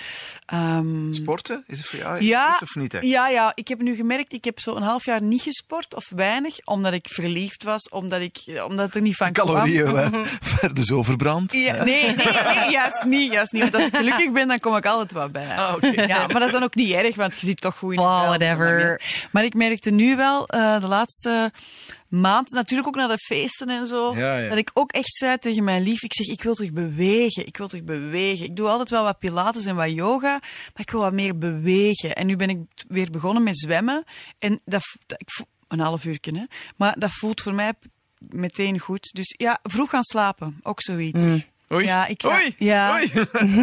Um, Sporten? Is het voor jou ja, iets of niet echt? Ja, ja, ik heb nu gemerkt, ik heb zo een half jaar niet gesport, of weinig, omdat ik verliefd was, omdat, ik, omdat het er niet van Calorieën kwam. hè, werden zo verbrand. Ja, nee, nee, nee, juist niet, juist niet. Want als ik gelukkig ben, dan kom ik altijd wat bij. Ah, okay. Ja, maar dat is dan ook niet erg, want je zit toch goed in Wow, het veld. whatever. Maar ik merkte nu wel, uh, de laatste maand, natuurlijk ook naar de feesten en zo, Ja, ja. dat ik ook echt zei tegen mijn lief, ik zeg, ik wil terug bewegen, ik wil terug bewegen. Ik doe altijd wel wat pilates en wat yoga, maar ik wil wat meer bewegen. En nu ben ik weer begonnen met zwemmen. En dat, dat ik voel, een half uurtje, hè. Maar dat voelt voor mij meteen goed. Dus ja, vroeg gaan slapen, ook zoiets. Mm. Oei, Ja, ik ga- oei, ja. oei.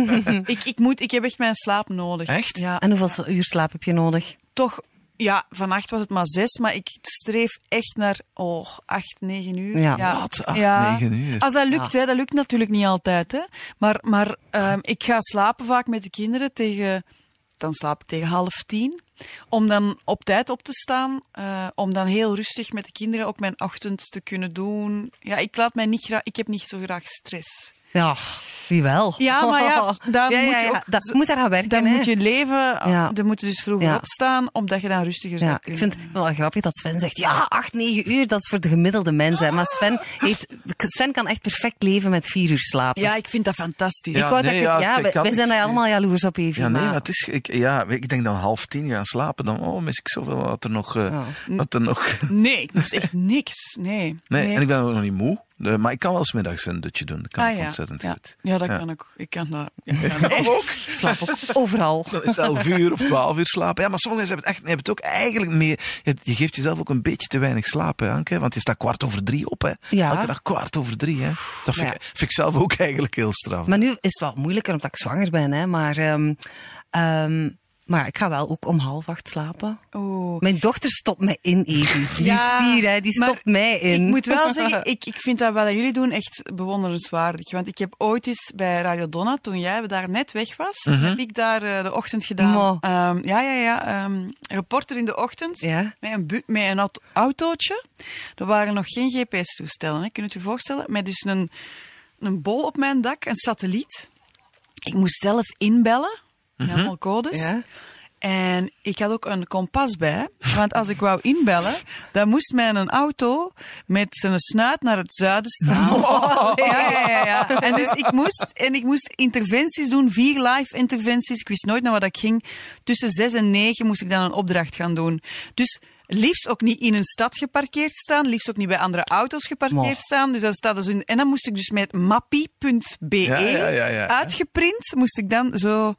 ik, ik, moet, ik heb echt mijn slaap nodig. Echt? Ja, En hoeveel uur slaap heb je nodig? toch, ja, vannacht was het maar zes, maar ik streef echt naar, oh, acht, negen uur. Ja. Wat? Acht, Ja. negen uur. Als dat lukt, hè, dat lukt natuurlijk niet altijd, hè. Maar, maar um, ik ga slapen vaak met de kinderen tegen, dan slaap ik tegen half tien. Om dan op tijd op te staan, uh, om dan heel rustig met de kinderen ook mijn ochtend te kunnen doen. Ja, ik laat mij niet graag, ik heb niet zo graag stress. Ja, wie wel? Ja, maar ja, daar ja, moet ja, je ja, ook... dat moet daar aan werken, Dan hè. moet je leven, Ja. dan moet je dus vroeger Ja. opstaan, omdat je dan rustiger zou Ja, ik kunnen. vind het wel grappig dat Sven zegt, ja, acht, negen uur, dat is voor de gemiddelde mens. Hè. Maar Sven, heeft, Sven kan echt perfect leven met vier uur slaap. Ja, Dus ik vind dat fantastisch. ik Ja, wou dat nee, ik het- ja, ja, ik wij, kan- wij zijn daar allemaal jaloers op, Evie. Ja, nee, maar- maar het is... Ik, ja, ik denk dan half tien gaan slapen, dan oh, mis ik zoveel wat er nog... Uh, Ja. wat er nog... Nee, ik mis echt niks. Nee. Nee, en ik ben ook nog niet moe. De, maar ik kan wel eens middags een dutje doen. Dat kan Ah, ik ja. ontzettend ja. goed. Ja, dat Ja. kan ook. Ik kan dat... Ja, ja, ook. Ik slaap ook overal. Dan is het elf uur of twaalf uur slapen. Ja, maar sommige mensen hebben het, echt, hebben het ook eigenlijk meer... Je, je geeft jezelf ook een beetje te weinig slaap, hè, Anke? Want je staat kwart over drie op, hè. Ja. Elke dag kwart over drie, hè. Dat vind, Ja. ik, vind ik zelf ook eigenlijk heel straf. Maar nu is het wel moeilijker omdat ik zwanger ben, hè. Maar, um, um, maar ik ga wel ook om half acht slapen. Oh. Mijn dochter stopt mij in, Evie. Die Ja, is vier, hè. Die maar stopt mij in. Ik moet wel zeggen, ik, ik vind dat wat jullie doen echt bewonderenswaardig. Want ik heb ooit eens bij Radio Donna, toen jij daar net weg was, Mhm. heb ik daar uh, de ochtend gedaan. Mo. Um, ja, ja, ja. Um, reporter in de ochtend. Ja? Met een, bu- met een aut- autootje. Er waren nog geen G P S-toestellen. Hè. Kun je het je voorstellen? Met dus een, een bol op mijn dak, een satelliet. Ik moest zelf inbellen. Mhm. Allemaal codes. Ja? En ik had ook een kompas bij. Want als ik wou inbellen, dan moest mijn auto met zijn snuit naar het zuiden staan. Oh, nee. Ja, ja, ja, ja. En dus ik moest, en ik moest interventies doen, vier live interventies. Ik wist nooit naar wat ik ging. Tussen zes en negen moest ik dan een opdracht gaan doen. Dus liefst ook niet in een stad geparkeerd staan, liefst ook niet bij andere auto's geparkeerd Mo. staan. Dus dan staat dus in, en dan moest ik dus met mappie punt b e Ja, ja, ja, ja. uitgeprint, moest ik dan zo...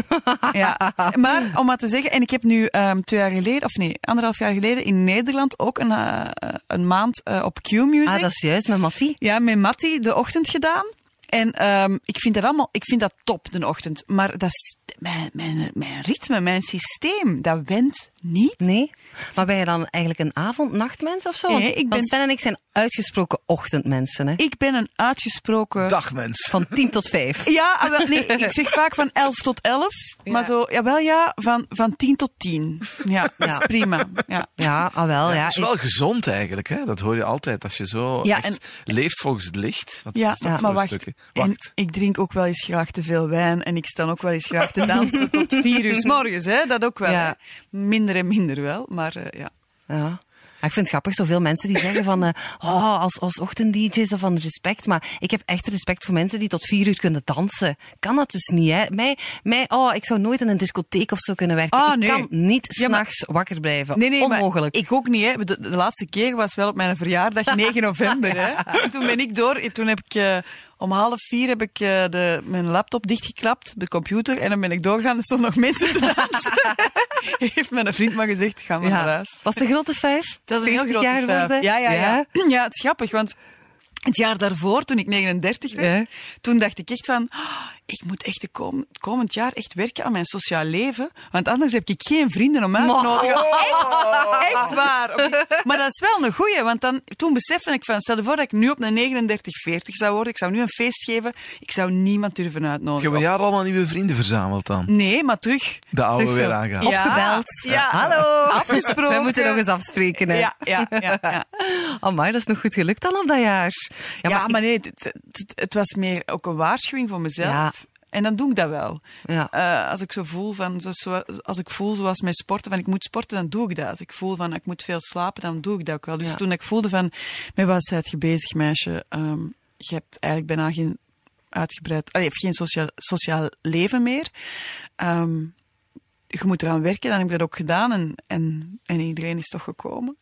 ja. Maar om maar te zeggen, en ik heb nu um, twee jaar geleden, of nee, anderhalf jaar geleden in Nederland ook een, uh, een maand uh, op Q-Music. Ah, dat is juist, met Mattie. Ja, met Mattie de ochtend gedaan. En um, ik vind dat allemaal, ik vind dat top, de ochtend. Maar dat is, mijn, mijn, mijn ritme, mijn systeem, dat went niet. Nee? Maar ben je dan eigenlijk een avond-nachtmens of zo? Nee, Want, ik ben- want Sven en ik zijn uitgesproken ochtendmensen, hè. Ik ben een uitgesproken... Dagmens. Van tien tot vijf. Ja, ah, wel, nee, ik zeg vaak van elf tot elf. Ja. Maar zo, jawel ja, van, van tien tot tien. Ja, dat is Ja. prima. Ja. Ja, ah wel, ja. Het is wel gezond eigenlijk, hè? Dat hoor je altijd. Als je zo Ja, echt leeft volgens het licht. Wat Ja, is dat ja, voor maar wacht. stukken? En Wacht. ik drink ook wel eens graag te veel wijn en ik sta ook wel eens graag te dansen tot vier uur 's morgens. Hè? Dat ook wel. Ja. Hè? Minder en minder wel, maar uh, ja. Ja. Ja, ik vind het grappig, zoveel mensen die zeggen van, uh, oh, als, als ochtend-D J's of van respect. Maar ik heb echt respect voor mensen die tot vier uur kunnen dansen. Kan dat dus niet, hè? Mij, mij, oh, ik zou nooit in een discotheek of zo kunnen werken. Ah, ik nee. kan niet Ja, maar- s'nachts wakker blijven. Nee, nee, Onmogelijk. maar ik ook niet. Hè. De, de laatste keer was wel op mijn verjaardag, negen november. Hè. En toen ben ik door. Toen heb ik... Uh, Om half vier heb ik uh, de, mijn laptop dichtgeklapt, de computer, en dan ben ik doorgegaan. Er stonden nog mensen te dansen. Heeft mijn vriend maar gezegd, gaan we naar huis. Was de grote vijf? Dat is een heel veertig grote jaar vijf. worden? Ja, ja, ja. Ja, het is grappig, want het jaar daarvoor, toen ik negenendertig werd, Ja. toen dacht ik echt van, oh, ik moet echt de kom- komend jaar echt werken aan mijn sociaal leven, want anders heb ik geen vrienden om uit te nodigen. Echt, echt waar. Maar dat is wel een goeie, want dan, toen besefte ik van, stel je voor dat ik nu op een negenendertig, veertig zou worden, ik zou nu een feest geven, ik zou niemand durven uitnodigen. Je hebt een jaar allemaal nieuwe vrienden verzameld dan? Nee, maar terug. De oude Terug weer zo. aangaan. Ja. Opgebeld. Ja. Hallo. Afgesproken. We moeten nog eens afspreken. Hè. Ja, ja, ja. ja. Amai, dat is nog goed gelukt dan op dat jaar. Ja, maar, ik- nee, het, het, het was meer ook een waarschuwing voor mezelf. Ja. En dan doe ik dat wel. Ja. Uh, als ik zo voel van, zo, zo, als ik voel zoals met sporten, van ik moet sporten, dan doe ik dat. Als ik voel van ik moet veel slapen, dan doe ik dat ook wel. Dus Ja. toen ik voelde van, met wat zijt je bezig, meisje? Um, je hebt eigenlijk bijna geen uitgebreid, allee, geen sociaal, sociaal leven meer. Um, je moet eraan werken, dan heb ik dat ook gedaan en, en, en iedereen is toch gekomen.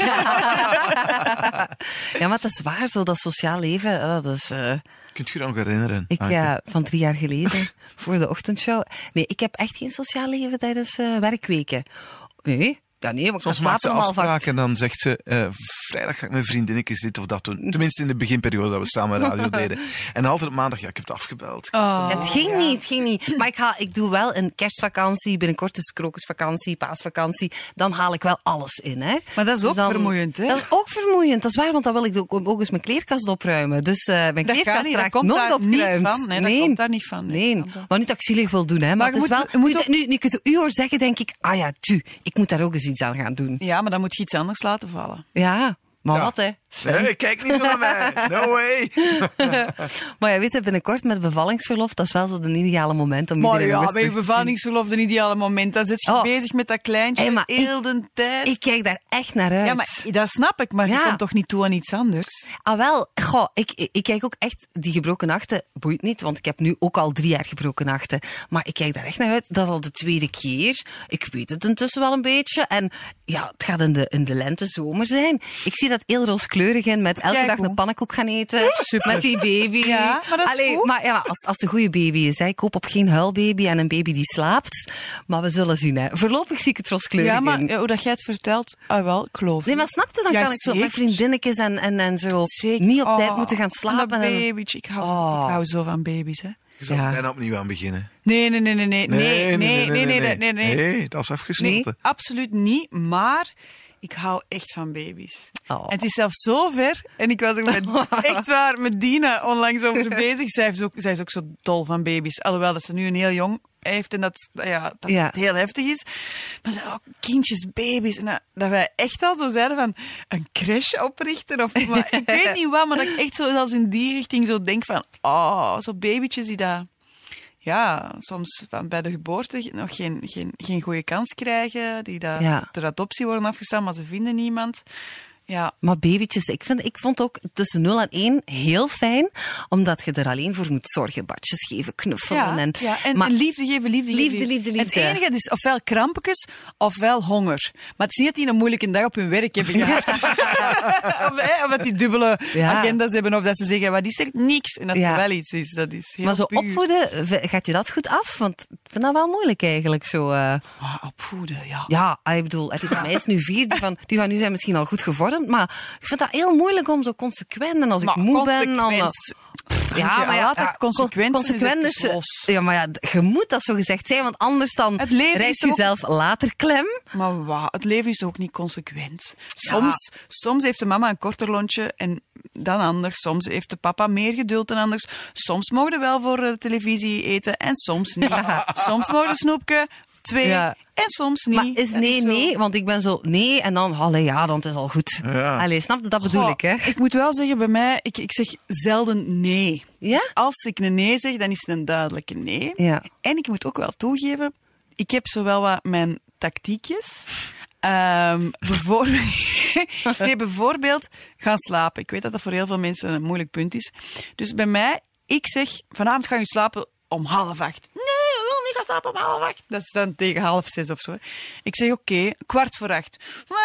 Ja, maar het is waar, zo dat sociaal leven, uh, dat is... Uh, Kunt je je nog herinneren? ik, uh, van drie jaar geleden, voor de ochtendshow. Nee, ik heb echt geen sociaal leven tijdens uh, werkweken. Nee, ja, nee, want ik Soms slaap maakt ze normaal afspraken vast. en dan zegt ze, uh, vrijdag ga ik met vriendinnetjes dit of dat doen. Tenminste in de beginperiode dat we samen radio deden. En altijd op maandag, ja, ik heb het afgebeld. Oh, Het ging ja. niet, het ging niet. Maar ik, ga, ik doe wel een kerstvakantie, binnenkort dus krokusvakantie, paasvakantie. Dan haal ik wel alles in. Hè. Maar dat is Dus ook dan- vermoeiend, hè? Dat is ook vermoeiend, dat is waar, want dan wil ik ook, ook eens mijn kleerkast opruimen. Dus uh, mijn Dat kleerkast gaat niet, dat raakt komt nooit daar niet opgeruimd. van. Nee, dat komt daar niet van. Nee. Nee, maar niet dat ik zielig wil doen, hè. Maar, Maar het je is moet- wel... je moet nu, ook- nu, nu ik het u hoor zeggen, denk ik, ah ja, tju, ik moet daar ook eens iets aan gaan doen. Ja, maar dan moet je iets anders laten vallen. Ja, maar Ja. wat, hè? Sven? Nee, kijk niet zo naar mij. No way. Maar ja, weet je, binnenkort met bevallingsverlof, dat is wel zo de ideale moment om Maar iedereen ja, rustig bij je te zien. bevallingsverlof de ideale moment. Dan zit je Oh. bezig met dat kleintje Hey, maar heel de tijd. Ik kijk daar echt naar uit. ja, maar dat snap ik, maar je Ja. komt toch niet toe aan iets anders? Ah wel, goh, ik, ik, ik kijk ook echt, die gebroken nachten boeit niet, want ik heb nu ook al drie jaar gebroken nachten. Maar ik kijk daar echt naar uit, dat is al de tweede keer. Ik weet het intussen wel een beetje. En ja, het gaat in de, in de lente, zomer zijn. Ik zie dat heel rooskleurig in, met elke Kijk dag hoe. een pannenkoek gaan eten. Super. Met die baby. Ja, maar dat is Allee, goed. maar, ja, maar als, als het een goede baby is, hè. Ik hoop op geen huilbaby en een baby die slaapt. Maar we zullen zien, hè. Voorlopig zie ik het rooskleurig Ja, maar in. ja, hoe dat jij het vertelt, ah wel, ik geloof Nee, je. maar snapte, dan Ja, kan ik zo zeker. met vriendinnetjes en, en, en zo Zeker. niet op Oh, tijd moeten gaan en slapen. dat en- babytje, ik hou, Oh. ik hou zo van baby's, hè. Je zou Ja. er bijna opnieuw aan beginnen. Nee, nee, nee, nee, nee, nee, nee, nee, nee, nee, nee, nee. Nee, dat is Nee, afgesloten. absoluut niet, maar ik hou echt van baby's. Oh. En het is zelfs zo ver, en ik was er met, echt waar met Dina onlangs over bezig. Zij is, ook, zij is ook zo dol van baby's. Alhoewel dat ze nu een heel jong heeft en dat, ja, dat Ja. het heel heftig is. Maar ze ook kindjes, baby's. En dat, dat wij echt al zo zeiden van een crash oprichten. Of, maar, ik weet niet wat, maar dat ik echt zo zelfs in die richting zo denk van, oh, zo babytjes die dat... Ja, soms van bij de geboorte nog geen, geen, geen goede kans krijgen, die dat Ja. ter adoptie worden afgestaan, maar ze vinden niemand. Ja, Maar babytjes, ik, vind, ik vond ook tussen nul en één heel fijn, omdat je er alleen voor moet zorgen. Badjes geven, knuffelen. ja, en, ja. En, maar, en liefde geven, liefde, Liefde, geven. liefde, En liefde. het enige is ofwel krampjes, ofwel honger. Maar het is niet dat die een moeilijke dag op hun werk hebben gehad. of, hè, of dat die dubbele Ja. agenda's hebben, of dat ze zeggen, wat is er niks? En dat Ja. er wel iets is, dat is heel maar zo puur. opvoeden, v- gaat je dat goed af? Want ik vind dat wel moeilijk eigenlijk. Zo, eh. Ah, opvoeden, ja. Ja, ik bedoel, die van mij is nu vier, die van, die van nu zijn misschien al goed gevormd, maar ik vind dat heel moeilijk om zo consequent, en als ik Maar moe ben... Dan, consequent. ja, maar ja, laat dat ja, consequent zijn, consequent is even is... los. Ja, maar ja, je moet dat zo gezegd zijn, want anders dan Het leven is rijst toch je zelf later klem. Maar wauw, het leven is ook niet consequent. Soms, soms heeft de mama een korter lontje en dan anders. Soms heeft de papa meer geduld dan anders. Soms mogen we wel voor de televisie eten en soms niet. Soms mogen we snoepje, twee, Ja. en soms niet. Maar is Dat nee, zo. nee, want ik ben zo nee en dan, allee, ja, dan is het al goed. Ja. Allee, snap je, dat bedoel Goh, ik, hè? Ik moet wel zeggen, bij mij, ik, ik zeg zelden nee. Ja? Dus als ik een nee zeg, dan is het een duidelijke nee. Ja. En ik moet ook wel toegeven, ik heb zowel wat mijn tactiekjes. Ehm bijvoorbeeld, nee, bijvoorbeeld gaan slapen. Ik weet dat dat voor heel veel mensen een moeilijk punt is. Dus bij mij, ik zeg, vanavond ga je slapen om half acht. Nee, ik wil niet gaan slapen om half acht. Dat is dan tegen half zes of zo. Ik zeg, oké, kwart voor acht.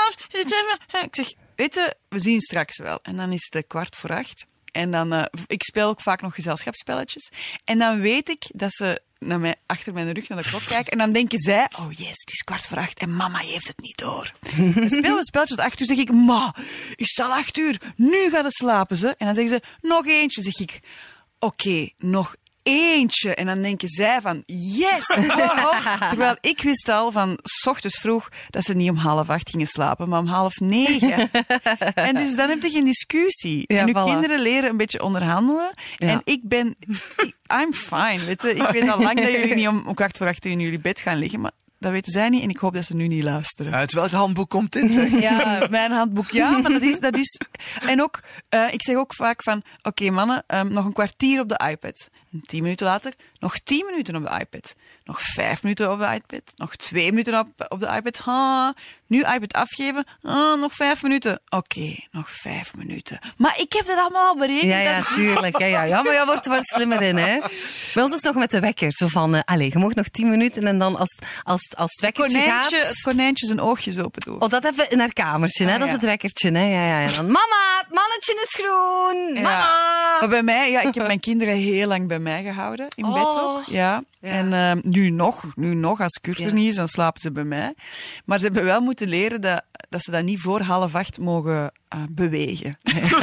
Ik zeg, weet je, we zien straks wel. En dan is het kwart voor acht. En dan, uh, ik speel ook vaak nog gezelschapsspelletjes. En dan weet ik dat ze naar mij, achter mijn rug naar de klok kijken. En dan denken zij, oh yes, het is kwart voor acht en mama heeft het niet door. Dan spelen we een spelletje tot acht uur. Zeg ik, ma, is het al acht uur? Nu gaat het slapen, ze. En dan zeggen ze, nog eentje. Zeg ik, oké, okay, nog eentje. En dan denken zij van, yes! Wow. Terwijl ik wist al van, 's ochtends vroeg, dat ze niet om half acht gingen slapen, maar om half negen. En dus dan heb je geen discussie. Ja, en uw voilà. kinderen leren een beetje onderhandelen. Ja. En ik ben... I'm fine, weet je. Ik weet al lang dat jullie niet om, om kwart voor acht in jullie bed gaan liggen, maar dat weten zij niet en ik hoop dat ze nu niet luisteren. Uit welk handboek komt dit? Zeg? Ja, mijn handboek, ja, maar dat is... Dat is en ook, uh, ik zeg ook vaak van, oké okay, mannen, um, nog een kwartier op de iPad. En tien minuten later, nog tien minuten op de iPad. Nog vijf minuten op de iPad. Nog twee minuten op, op de iPad. Ha, nu iPad afgeven. Ah, nog vijf minuten. Oké, okay, nog vijf minuten. Maar ik heb dat allemaal al berekend. Ja, ja, tuurlijk. Ja, ja. ja, maar jij wordt er wat slimmer in, hè. Bij ons is het nog met de wekker. Zo van, uh, allez, je mag nog tien minuten en dan als, als, als het wekkertje konijntje, gaat... Het konijntje zijn oogjes open doen. Oh, dat hebben we in haar kamertje, hè. Ah, dat is ja. het wekkertje, hè. Ja, ja. En dan, mama, het mannetje is groen. Ja. Mama. Maar bij mij, ja, ik heb mijn kinderen heel lang bij mij gehouden. In bed Oh. ook. Ja. Ja. En uh, nu nog, nu nog, als Kurt er Ja. niet is, dan slapen ze bij mij. Maar ze hebben wel moeten leren dat, dat ze dat niet voor half acht mogen uh, bewegen.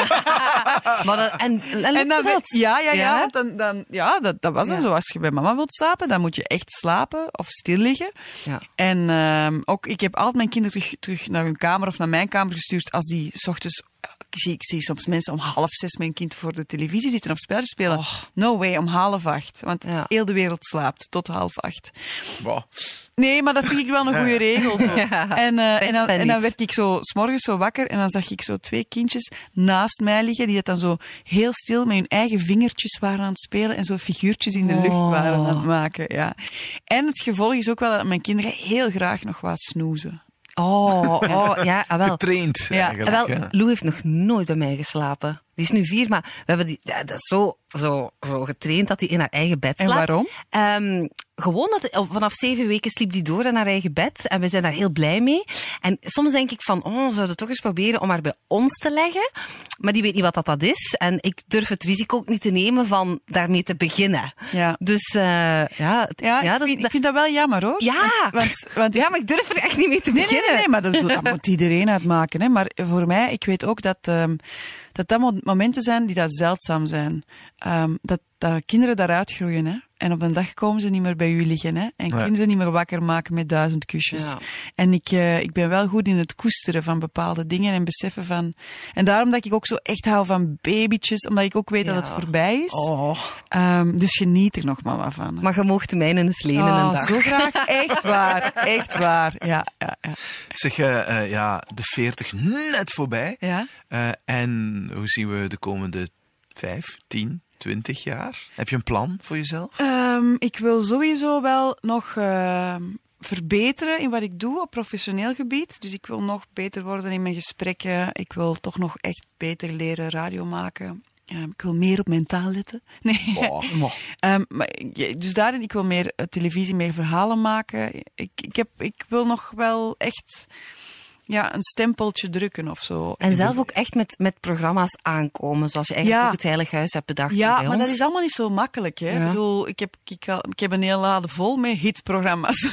Maar dat, en, en, En dan, dat? ja, ja, ja. Ja? Want dan, dan, ja dat, dat was dan Ja. zo. Als je bij mama wilt slapen, dan moet je echt slapen of stil liggen. Ja. En uh, ook, ik heb altijd mijn kinderen terug, terug naar hun kamer of naar mijn kamer gestuurd als die 's ochtends... Ik zie, ik zie soms mensen om half zes mijn kind voor de televisie zitten of spelletjes spelen. Oh. No way, om half acht. Want Ja. heel de wereld slaapt tot half acht. Wow. Nee, maar dat vind ik wel een goede regel. Zo. Ja, en, uh, best en, dan, wel en dan niet. werd ik zo 's morgens zo wakker en dan zag ik zo twee kindjes naast mij liggen die het dan zo heel stil met hun eigen vingertjes waren aan het spelen en zo figuurtjes in de lucht Oh. waren aan het maken. Ja. En het gevolg is ook wel dat mijn kinderen heel graag nog wat snoezen. Oh, oh, ja, ah, wel. Getraind Ja, eigenlijk. Wel, ja. Lou heeft nog nooit bij mij geslapen. Die is nu vier, maar we hebben die, ja, dat is zo, zo, zo getraind dat hij in haar eigen bed En slaapt. waarom? Um, gewoon dat of vanaf zeven weken sliep die door in haar eigen bed. En we zijn daar heel blij mee. En soms denk ik van, oh, we zouden toch eens proberen om haar bij ons te leggen. Maar die weet niet wat dat, dat is. En ik durf het risico ook niet te nemen van daarmee te beginnen. Ja. Dus uh, ja, het- Ja, ja, ik, dat, vind, is- ik vind dat wel jammer hoor. Ja. Want, want ja, maar ik durf er echt niet mee te Nee, nee, beginnen. nee, nee, maar dat, dat moet iedereen uitmaken. Hè. Maar voor mij, ik weet ook dat um, dat, dat mo- momenten zijn die dat zeldzaam zijn. Um, dat, dat kinderen daaruit groeien. Hè. En op een dag komen ze niet meer bij u liggen. Hè. En Nee. kunnen ze niet meer wakker maken met duizend kusjes. Ja. En ik, uh, ik ben wel goed in het koesteren van bepaalde dingen en beseffen van... En daarom dat ik ook zo echt hou van babytjes, omdat ik ook weet Ja. dat het voorbij is. Oh, Um, dus geniet er nog mama van. Hè. maar je mocht de mijne eens lenen Oh, een dag. zo graag. Echt waar. Echt waar. Ja, ja, ja. Zeg, uh, uh, ja, de veertig net voorbij. ja. Uh, en hoe zien we de komende vijf, tien, twintig jaar? Heb je een plan voor jezelf? Um, ik wil sowieso wel nog uh, verbeteren in wat ik doe op professioneel gebied. Dus ik wil nog beter worden in mijn gesprekken. Ik wil toch nog echt beter leren radio maken. Um, ik wil meer op mijn taal letten. Nee. Oh, um, maar, ja, dus daarin, ik wil meer uh, televisie, meer verhalen maken. Ik, ik, heb, ik wil nog wel echt ja, een stempeltje drukken of zo. En zelf ook echt met, met programma's aankomen, zoals je eigenlijk Ja. ook het Heilig Huis hebt bedacht. Ja, bij maar ons. dat is allemaal niet zo makkelijk. Hè? Ja. Ik bedoel, ik heb, ik, al- ik heb een hele lade vol met hitprogramma's.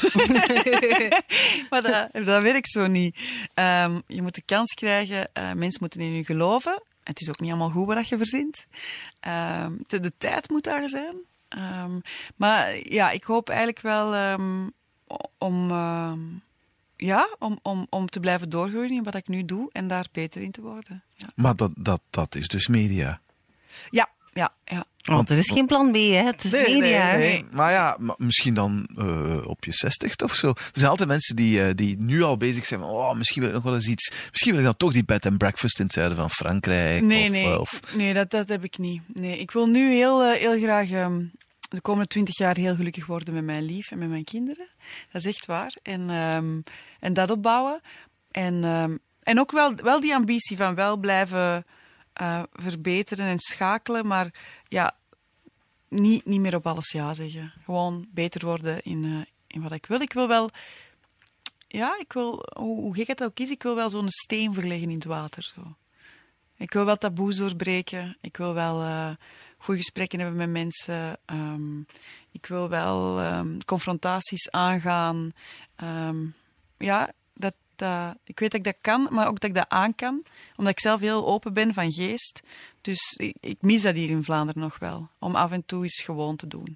maar dat, dat werkt zo niet. Um, je moet de kans krijgen, uh, mensen moeten in je geloven. Het is ook niet allemaal goed wat je verzint. Um, de, de tijd moet daar zijn. Um, maar ja, ik hoop eigenlijk wel um, om... Um, Ja, om, om, om te blijven doorgroeien in wat ik nu doe en daar beter in te worden. Ja, maar dat, dat, dat is dus media. ja, ja. ja. Want er is geen plan B, hè. Het is media. hè. nee. Maar ja, maar misschien dan uh, op je zestigste of zo. Er zijn altijd mensen die, uh, die nu al bezig zijn van, oh, misschien wil ik nog wel eens iets. Misschien wil ik dan toch die bed and breakfast in het zuiden van Frankrijk. Nee, of, nee, uh, of... nee dat, dat heb ik niet. Nee, ik wil nu heel, uh, heel graag um, de komende twintig jaar heel gelukkig worden met mijn lief en met mijn kinderen. Dat is echt waar. En, um, en dat opbouwen. En, um, en ook wel, wel die ambitie van wel blijven uh, verbeteren en schakelen, maar ja, niet, niet meer op alles ja zeggen. Gewoon beter worden in, uh, in wat ik wil. Ik wil wel, ja, ik wil, hoe, hoe gek het ook is, ik wil wel zo'n steen verleggen in het water. Zo. Ik wil wel taboes doorbreken. Ik wil wel uh, goede gesprekken hebben met mensen. Um, ik wil wel um, confrontaties aangaan. Um, ja, dat, dat, ik weet dat ik dat kan, maar ook dat ik dat aan kan. Omdat ik zelf heel open ben van geest. Dus ik, ik mis dat hier in Vlaanderen nog wel. Om af en toe eens gewoon te doen.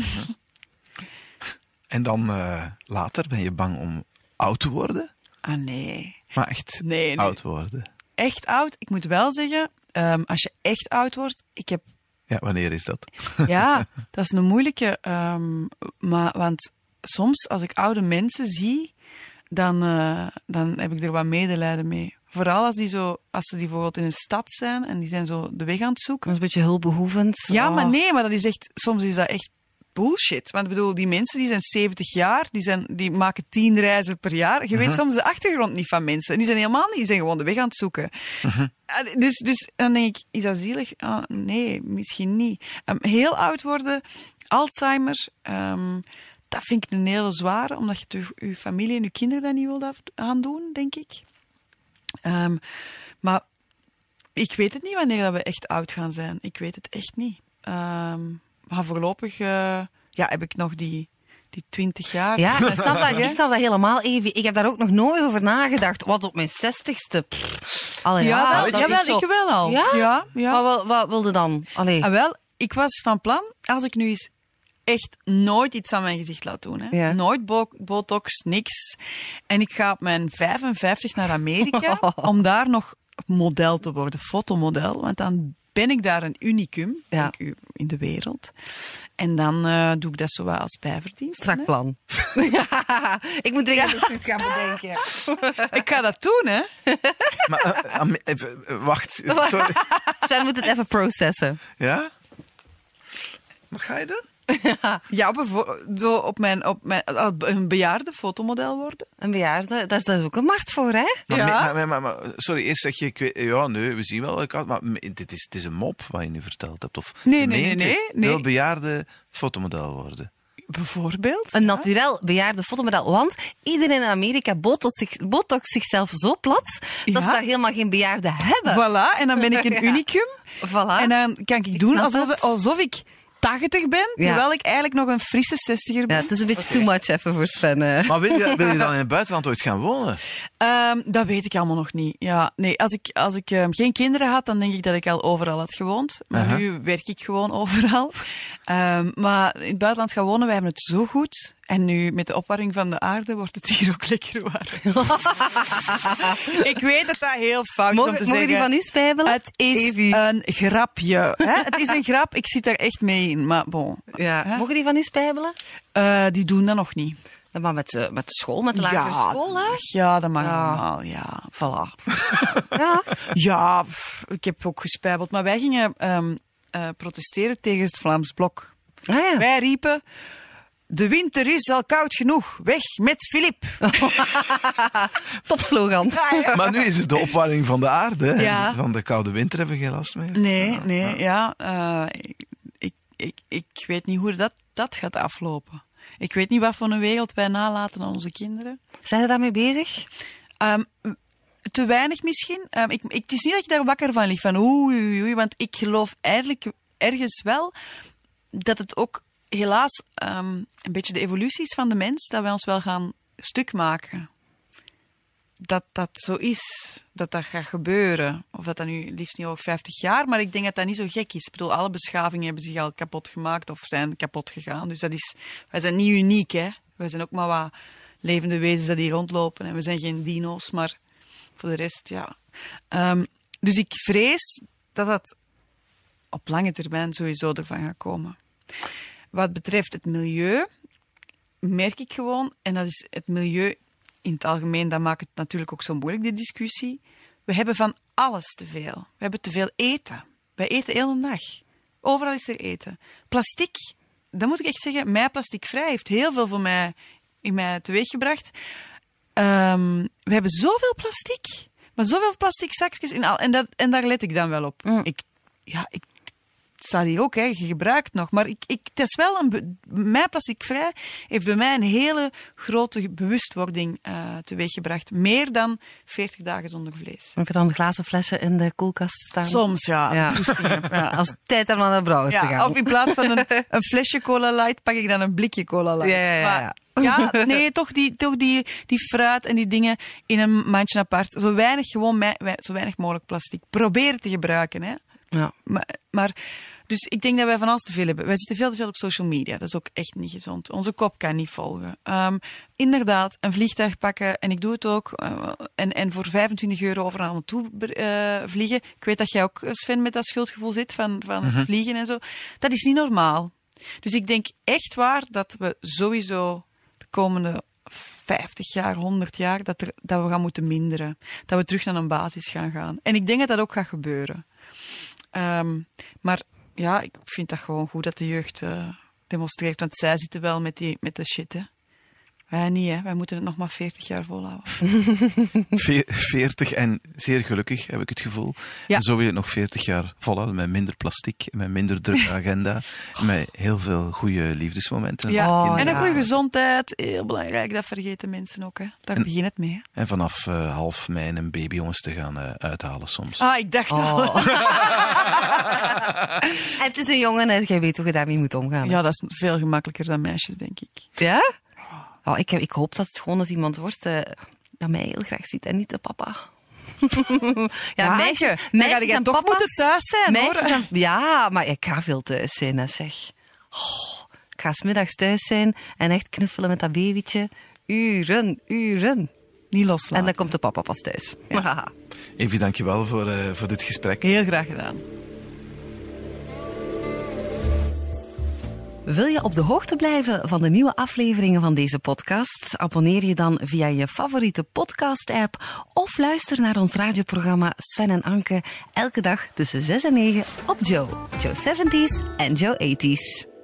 En dan uh, later ben je bang om oud te worden? Ah, nee. Maar echt nee, nee. oud worden? Echt oud? Ik moet wel zeggen, um, als je echt oud wordt... Ik heb... Ja, wanneer is dat? Ja, dat is een moeilijke. Um, maar, want soms, als ik oude mensen zie, dan, uh, dan heb ik er wat medelijden mee. Vooral als, die zo, als ze die bijvoorbeeld in een stad zijn en die zijn zo de weg aan het zoeken. Dat is een beetje hulpbehoevend. Ja, oh. maar nee, maar dat is echt, soms is dat echt bullshit. Want ik bedoel, die mensen die zijn zeventig jaar, die, zijn, die maken tien reizen per jaar. Je uh-huh. weet soms de achtergrond niet van mensen. Die zijn helemaal niet, die zijn gewoon de weg aan het zoeken. Uh-huh. Dus, dus dan denk ik, is dat zielig? Oh, nee, misschien niet. Um, heel oud worden, Alzheimer, um, dat vind ik een hele zware, omdat je toch je familie en je kinderen dat niet wil aandoen, denk ik. Um, maar ik weet het niet wanneer dat we echt oud gaan zijn. Ik weet het echt niet. Um, maar voorlopig uh, ja, heb ik nog die, die twintig jaar. Ja, ik snap, dat, ik snap dat helemaal, Evie. Ik heb daar ook nog nooit over nagedacht. Wat op mijn zestigste? Allee, ja, ja, wel, dat jawel, is zo... ik wel al. Ja? Ja, ja. Wat, wat, wat wilde dan? Allee. Ah, wel, ik was van plan, als ik nu eens echt nooit iets aan mijn gezicht laat doen. Hè. Ja. Nooit bo- botox, niks. En ik ga op mijn vijfenvijftig naar Amerika om daar nog model te worden, fotomodel. Want dan ben ik daar een unicum, ja. denk ik, in de wereld. En dan uh, doe ik dat zo wel als bijverdienst. Strak plan. Ja, ik moet dringend ja. iets gaan bedenken. Ik ga dat doen, hè. Maar, uh, uh, even, uh, wacht. Sorry. Zij moet het even processen. Ja? Wat ga je doen? Ja, ja zo op mijn, op mijn, een bejaarde fotomodel worden. Een bejaarde, daar is, daar is ook een markt voor, hè? Maar, ja. maar, maar, maar, sorry, eerst zeg je, ik weet, ja, nee, we zien wel, maar dit is, het is een mop wat je nu verteld hebt. Of nee, nee, nee, nee, nee. Wil bejaarde fotomodel worden. Bijvoorbeeld. Een naturel bejaarde fotomodel. Want iedereen in Amerika botox, zich, botox zichzelf zo plat ja. dat ze daar helemaal geen bejaarden hebben. Voilà, en dan ben ik een unicum. Voilà. En dan kan ik, ik doen alsof, alsof ik tachtig ben, ja. terwijl ik eigenlijk nog een frisse zestiger ben. Ja, het is een beetje okay. too much even voor Sven. Uh. Maar wil je, wil je dan in het buitenland ooit gaan wonen? Um, dat weet ik allemaal nog niet. Ja, nee, als ik, als ik um, geen kinderen had, dan denk ik dat ik al overal had gewoond. Maar uh-huh. nu werk ik gewoon overal. Um, maar in het buitenland gaan wonen, wij hebben het zo goed. En nu, met de opwarming van de aarde, wordt het hier ook lekker warm. Ik weet dat dat heel fout is mogen, om te mogen zeggen. die van u spijbelen? Het is Evie. Een grapje. Hè? Het is een grap, ik zit daar echt mee in. Maar bon. Ja. Hè? Mogen die van u spijbelen? Uh, die doen dat nog niet. Maar met, uh, met de school, met de lagere ja, school, hè? Ja, dat mag ja. allemaal. Ja, voilà. ja. ja, pff, ik heb ook gespijbeld. Maar wij gingen um, uh, protesteren tegen het Vlaams Blok. Ah, ja. Wij riepen... De winter is al koud genoeg. Weg met Filip. Topslogan. Ja, ja. Maar nu is het de opwarming van de aarde. Ja. Van de koude winter hebben we geen last meer. Nee, ja, nee, ja. ja. Uh, ik, ik, ik weet niet hoe dat, dat gaat aflopen. Ik weet niet wat voor een wereld wij nalaten aan onze kinderen. Zijn we daarmee bezig? Um, te weinig misschien. Um, ik, ik, het is niet dat ik daar wakker van lig. Van oei, oei, oei. Want ik geloof eigenlijk ergens wel dat het ook... helaas um, een beetje de evolutie is van de mens, dat wij ons wel gaan stuk maken. Dat dat zo is, dat dat gaat gebeuren. Of dat dat nu liefst niet over vijftig jaar, maar ik denk dat dat niet zo gek is. Ik bedoel, alle beschavingen hebben zich al kapot gemaakt of zijn kapot gegaan. Dus dat is, wij zijn niet uniek, hè. Wij zijn ook maar wat levende wezens die hier rondlopen. En we zijn geen dino's, maar voor de rest, ja. Um, dus ik vrees dat dat op lange termijn sowieso ervan gaat komen. Wat betreft het milieu, merk ik gewoon, en dat is het milieu in het algemeen, dat maakt het natuurlijk ook zo moeilijk, die discussie. We hebben van alles te veel. We hebben te veel eten. Wij eten heel de dag. Overal is er eten. Plastic, dat moet ik echt zeggen, mij plasticvrij heeft heel veel voor mij, in mij teweeggebracht. Um, we hebben zoveel plastic, maar zoveel plastic zakjes in al, en, dat, en daar let ik dan wel op. Mm. Ik, ja, ik Het staat hier ook, hè. Je gebruikt nog. Maar ik, ik, het is wel een... Be- mij plasticvrij heeft bij mij een hele grote bewustwording uh, teweeggebracht. Meer dan veertig dagen zonder vlees. Heb je dan glazen flessen in de koelkast staan? Soms, ja. ja. ja. Als tijd om naar de brouwers ja, te gaan. Of in plaats van een, een flesje Cola Light, pak ik dan een blikje Cola Light. Ja, ja, ja. Maar Ja, nee, toch, die, toch die, die fruit en die dingen in een mandje apart. Zo weinig, gewoon, mij- wij- zo weinig mogelijk plastic. Probeer te gebruiken, hè. Ja. Maar, maar, dus ik denk dat wij van alles te veel hebben. Wij zitten veel te veel op social media. Dat is ook echt niet gezond. Onze kop kan niet volgen. Um, inderdaad, een vliegtuig pakken. En ik doe het ook. Uh, en, en voor vijfentwintig euro overal naartoe uh, vliegen. Ik weet dat jij ook, Sven, met dat schuldgevoel zit van, van mm-hmm. vliegen en zo. Dat is niet normaal. Dus ik denk echt waar dat we sowieso de komende vijftig jaar, honderd jaar, dat, er, dat we gaan moeten minderen. Dat we terug naar een basis gaan gaan. En ik denk dat dat ook gaat gebeuren. Um, maar ja, ik vind dat gewoon goed dat de jeugd uh, demonstreert. Want zij zitten wel met, die, met de shit, hè. Wij niet, hè. Wij moeten het nog maar veertig jaar volhouden. veertig en zeer gelukkig, heb ik het gevoel. Ja. En zo wil je het nog veertig jaar volhouden met minder plastic, met minder drukke agenda, met heel veel goede liefdesmomenten. Ja. Oh, en een ja. goede gezondheid, heel belangrijk. Dat vergeten mensen ook, hè. Daar En- begint het mee, hè. En vanaf uh, half mei een babyjongens te gaan uh, uithalen soms. Ah, ik dacht al. Oh. En het is een jongen en jij weet hoe je daarmee moet omgaan. Ja, dat is veel gemakkelijker dan meisjes, denk ik. Ja? Oh, ik, heb, ik hoop dat het gewoon eens iemand wordt uh, dat mij heel graag ziet en niet de papa. Ja, meisjes, dan meisjes ga jij en toch papa's, moeten thuis zijn, meisjes hoor. en- ja, maar ik ga veel thuis zijn, hè, zeg. Oh, ik ga 's middags thuis zijn en echt knuffelen met dat babytje. Uren, uren. Niet loslaten. En dan komt de papa pas thuis. Ja. Evie, dankjewel voor, uh, voor dit gesprek. Heel graag gedaan. Wil je op de hoogte blijven van de nieuwe afleveringen van deze podcast? Abonneer je dan via je favoriete podcast-app of luister naar ons radioprogramma Sven en Anke elke dag tussen zes en negen op Joe, Joe zeventig en Joe tachtig.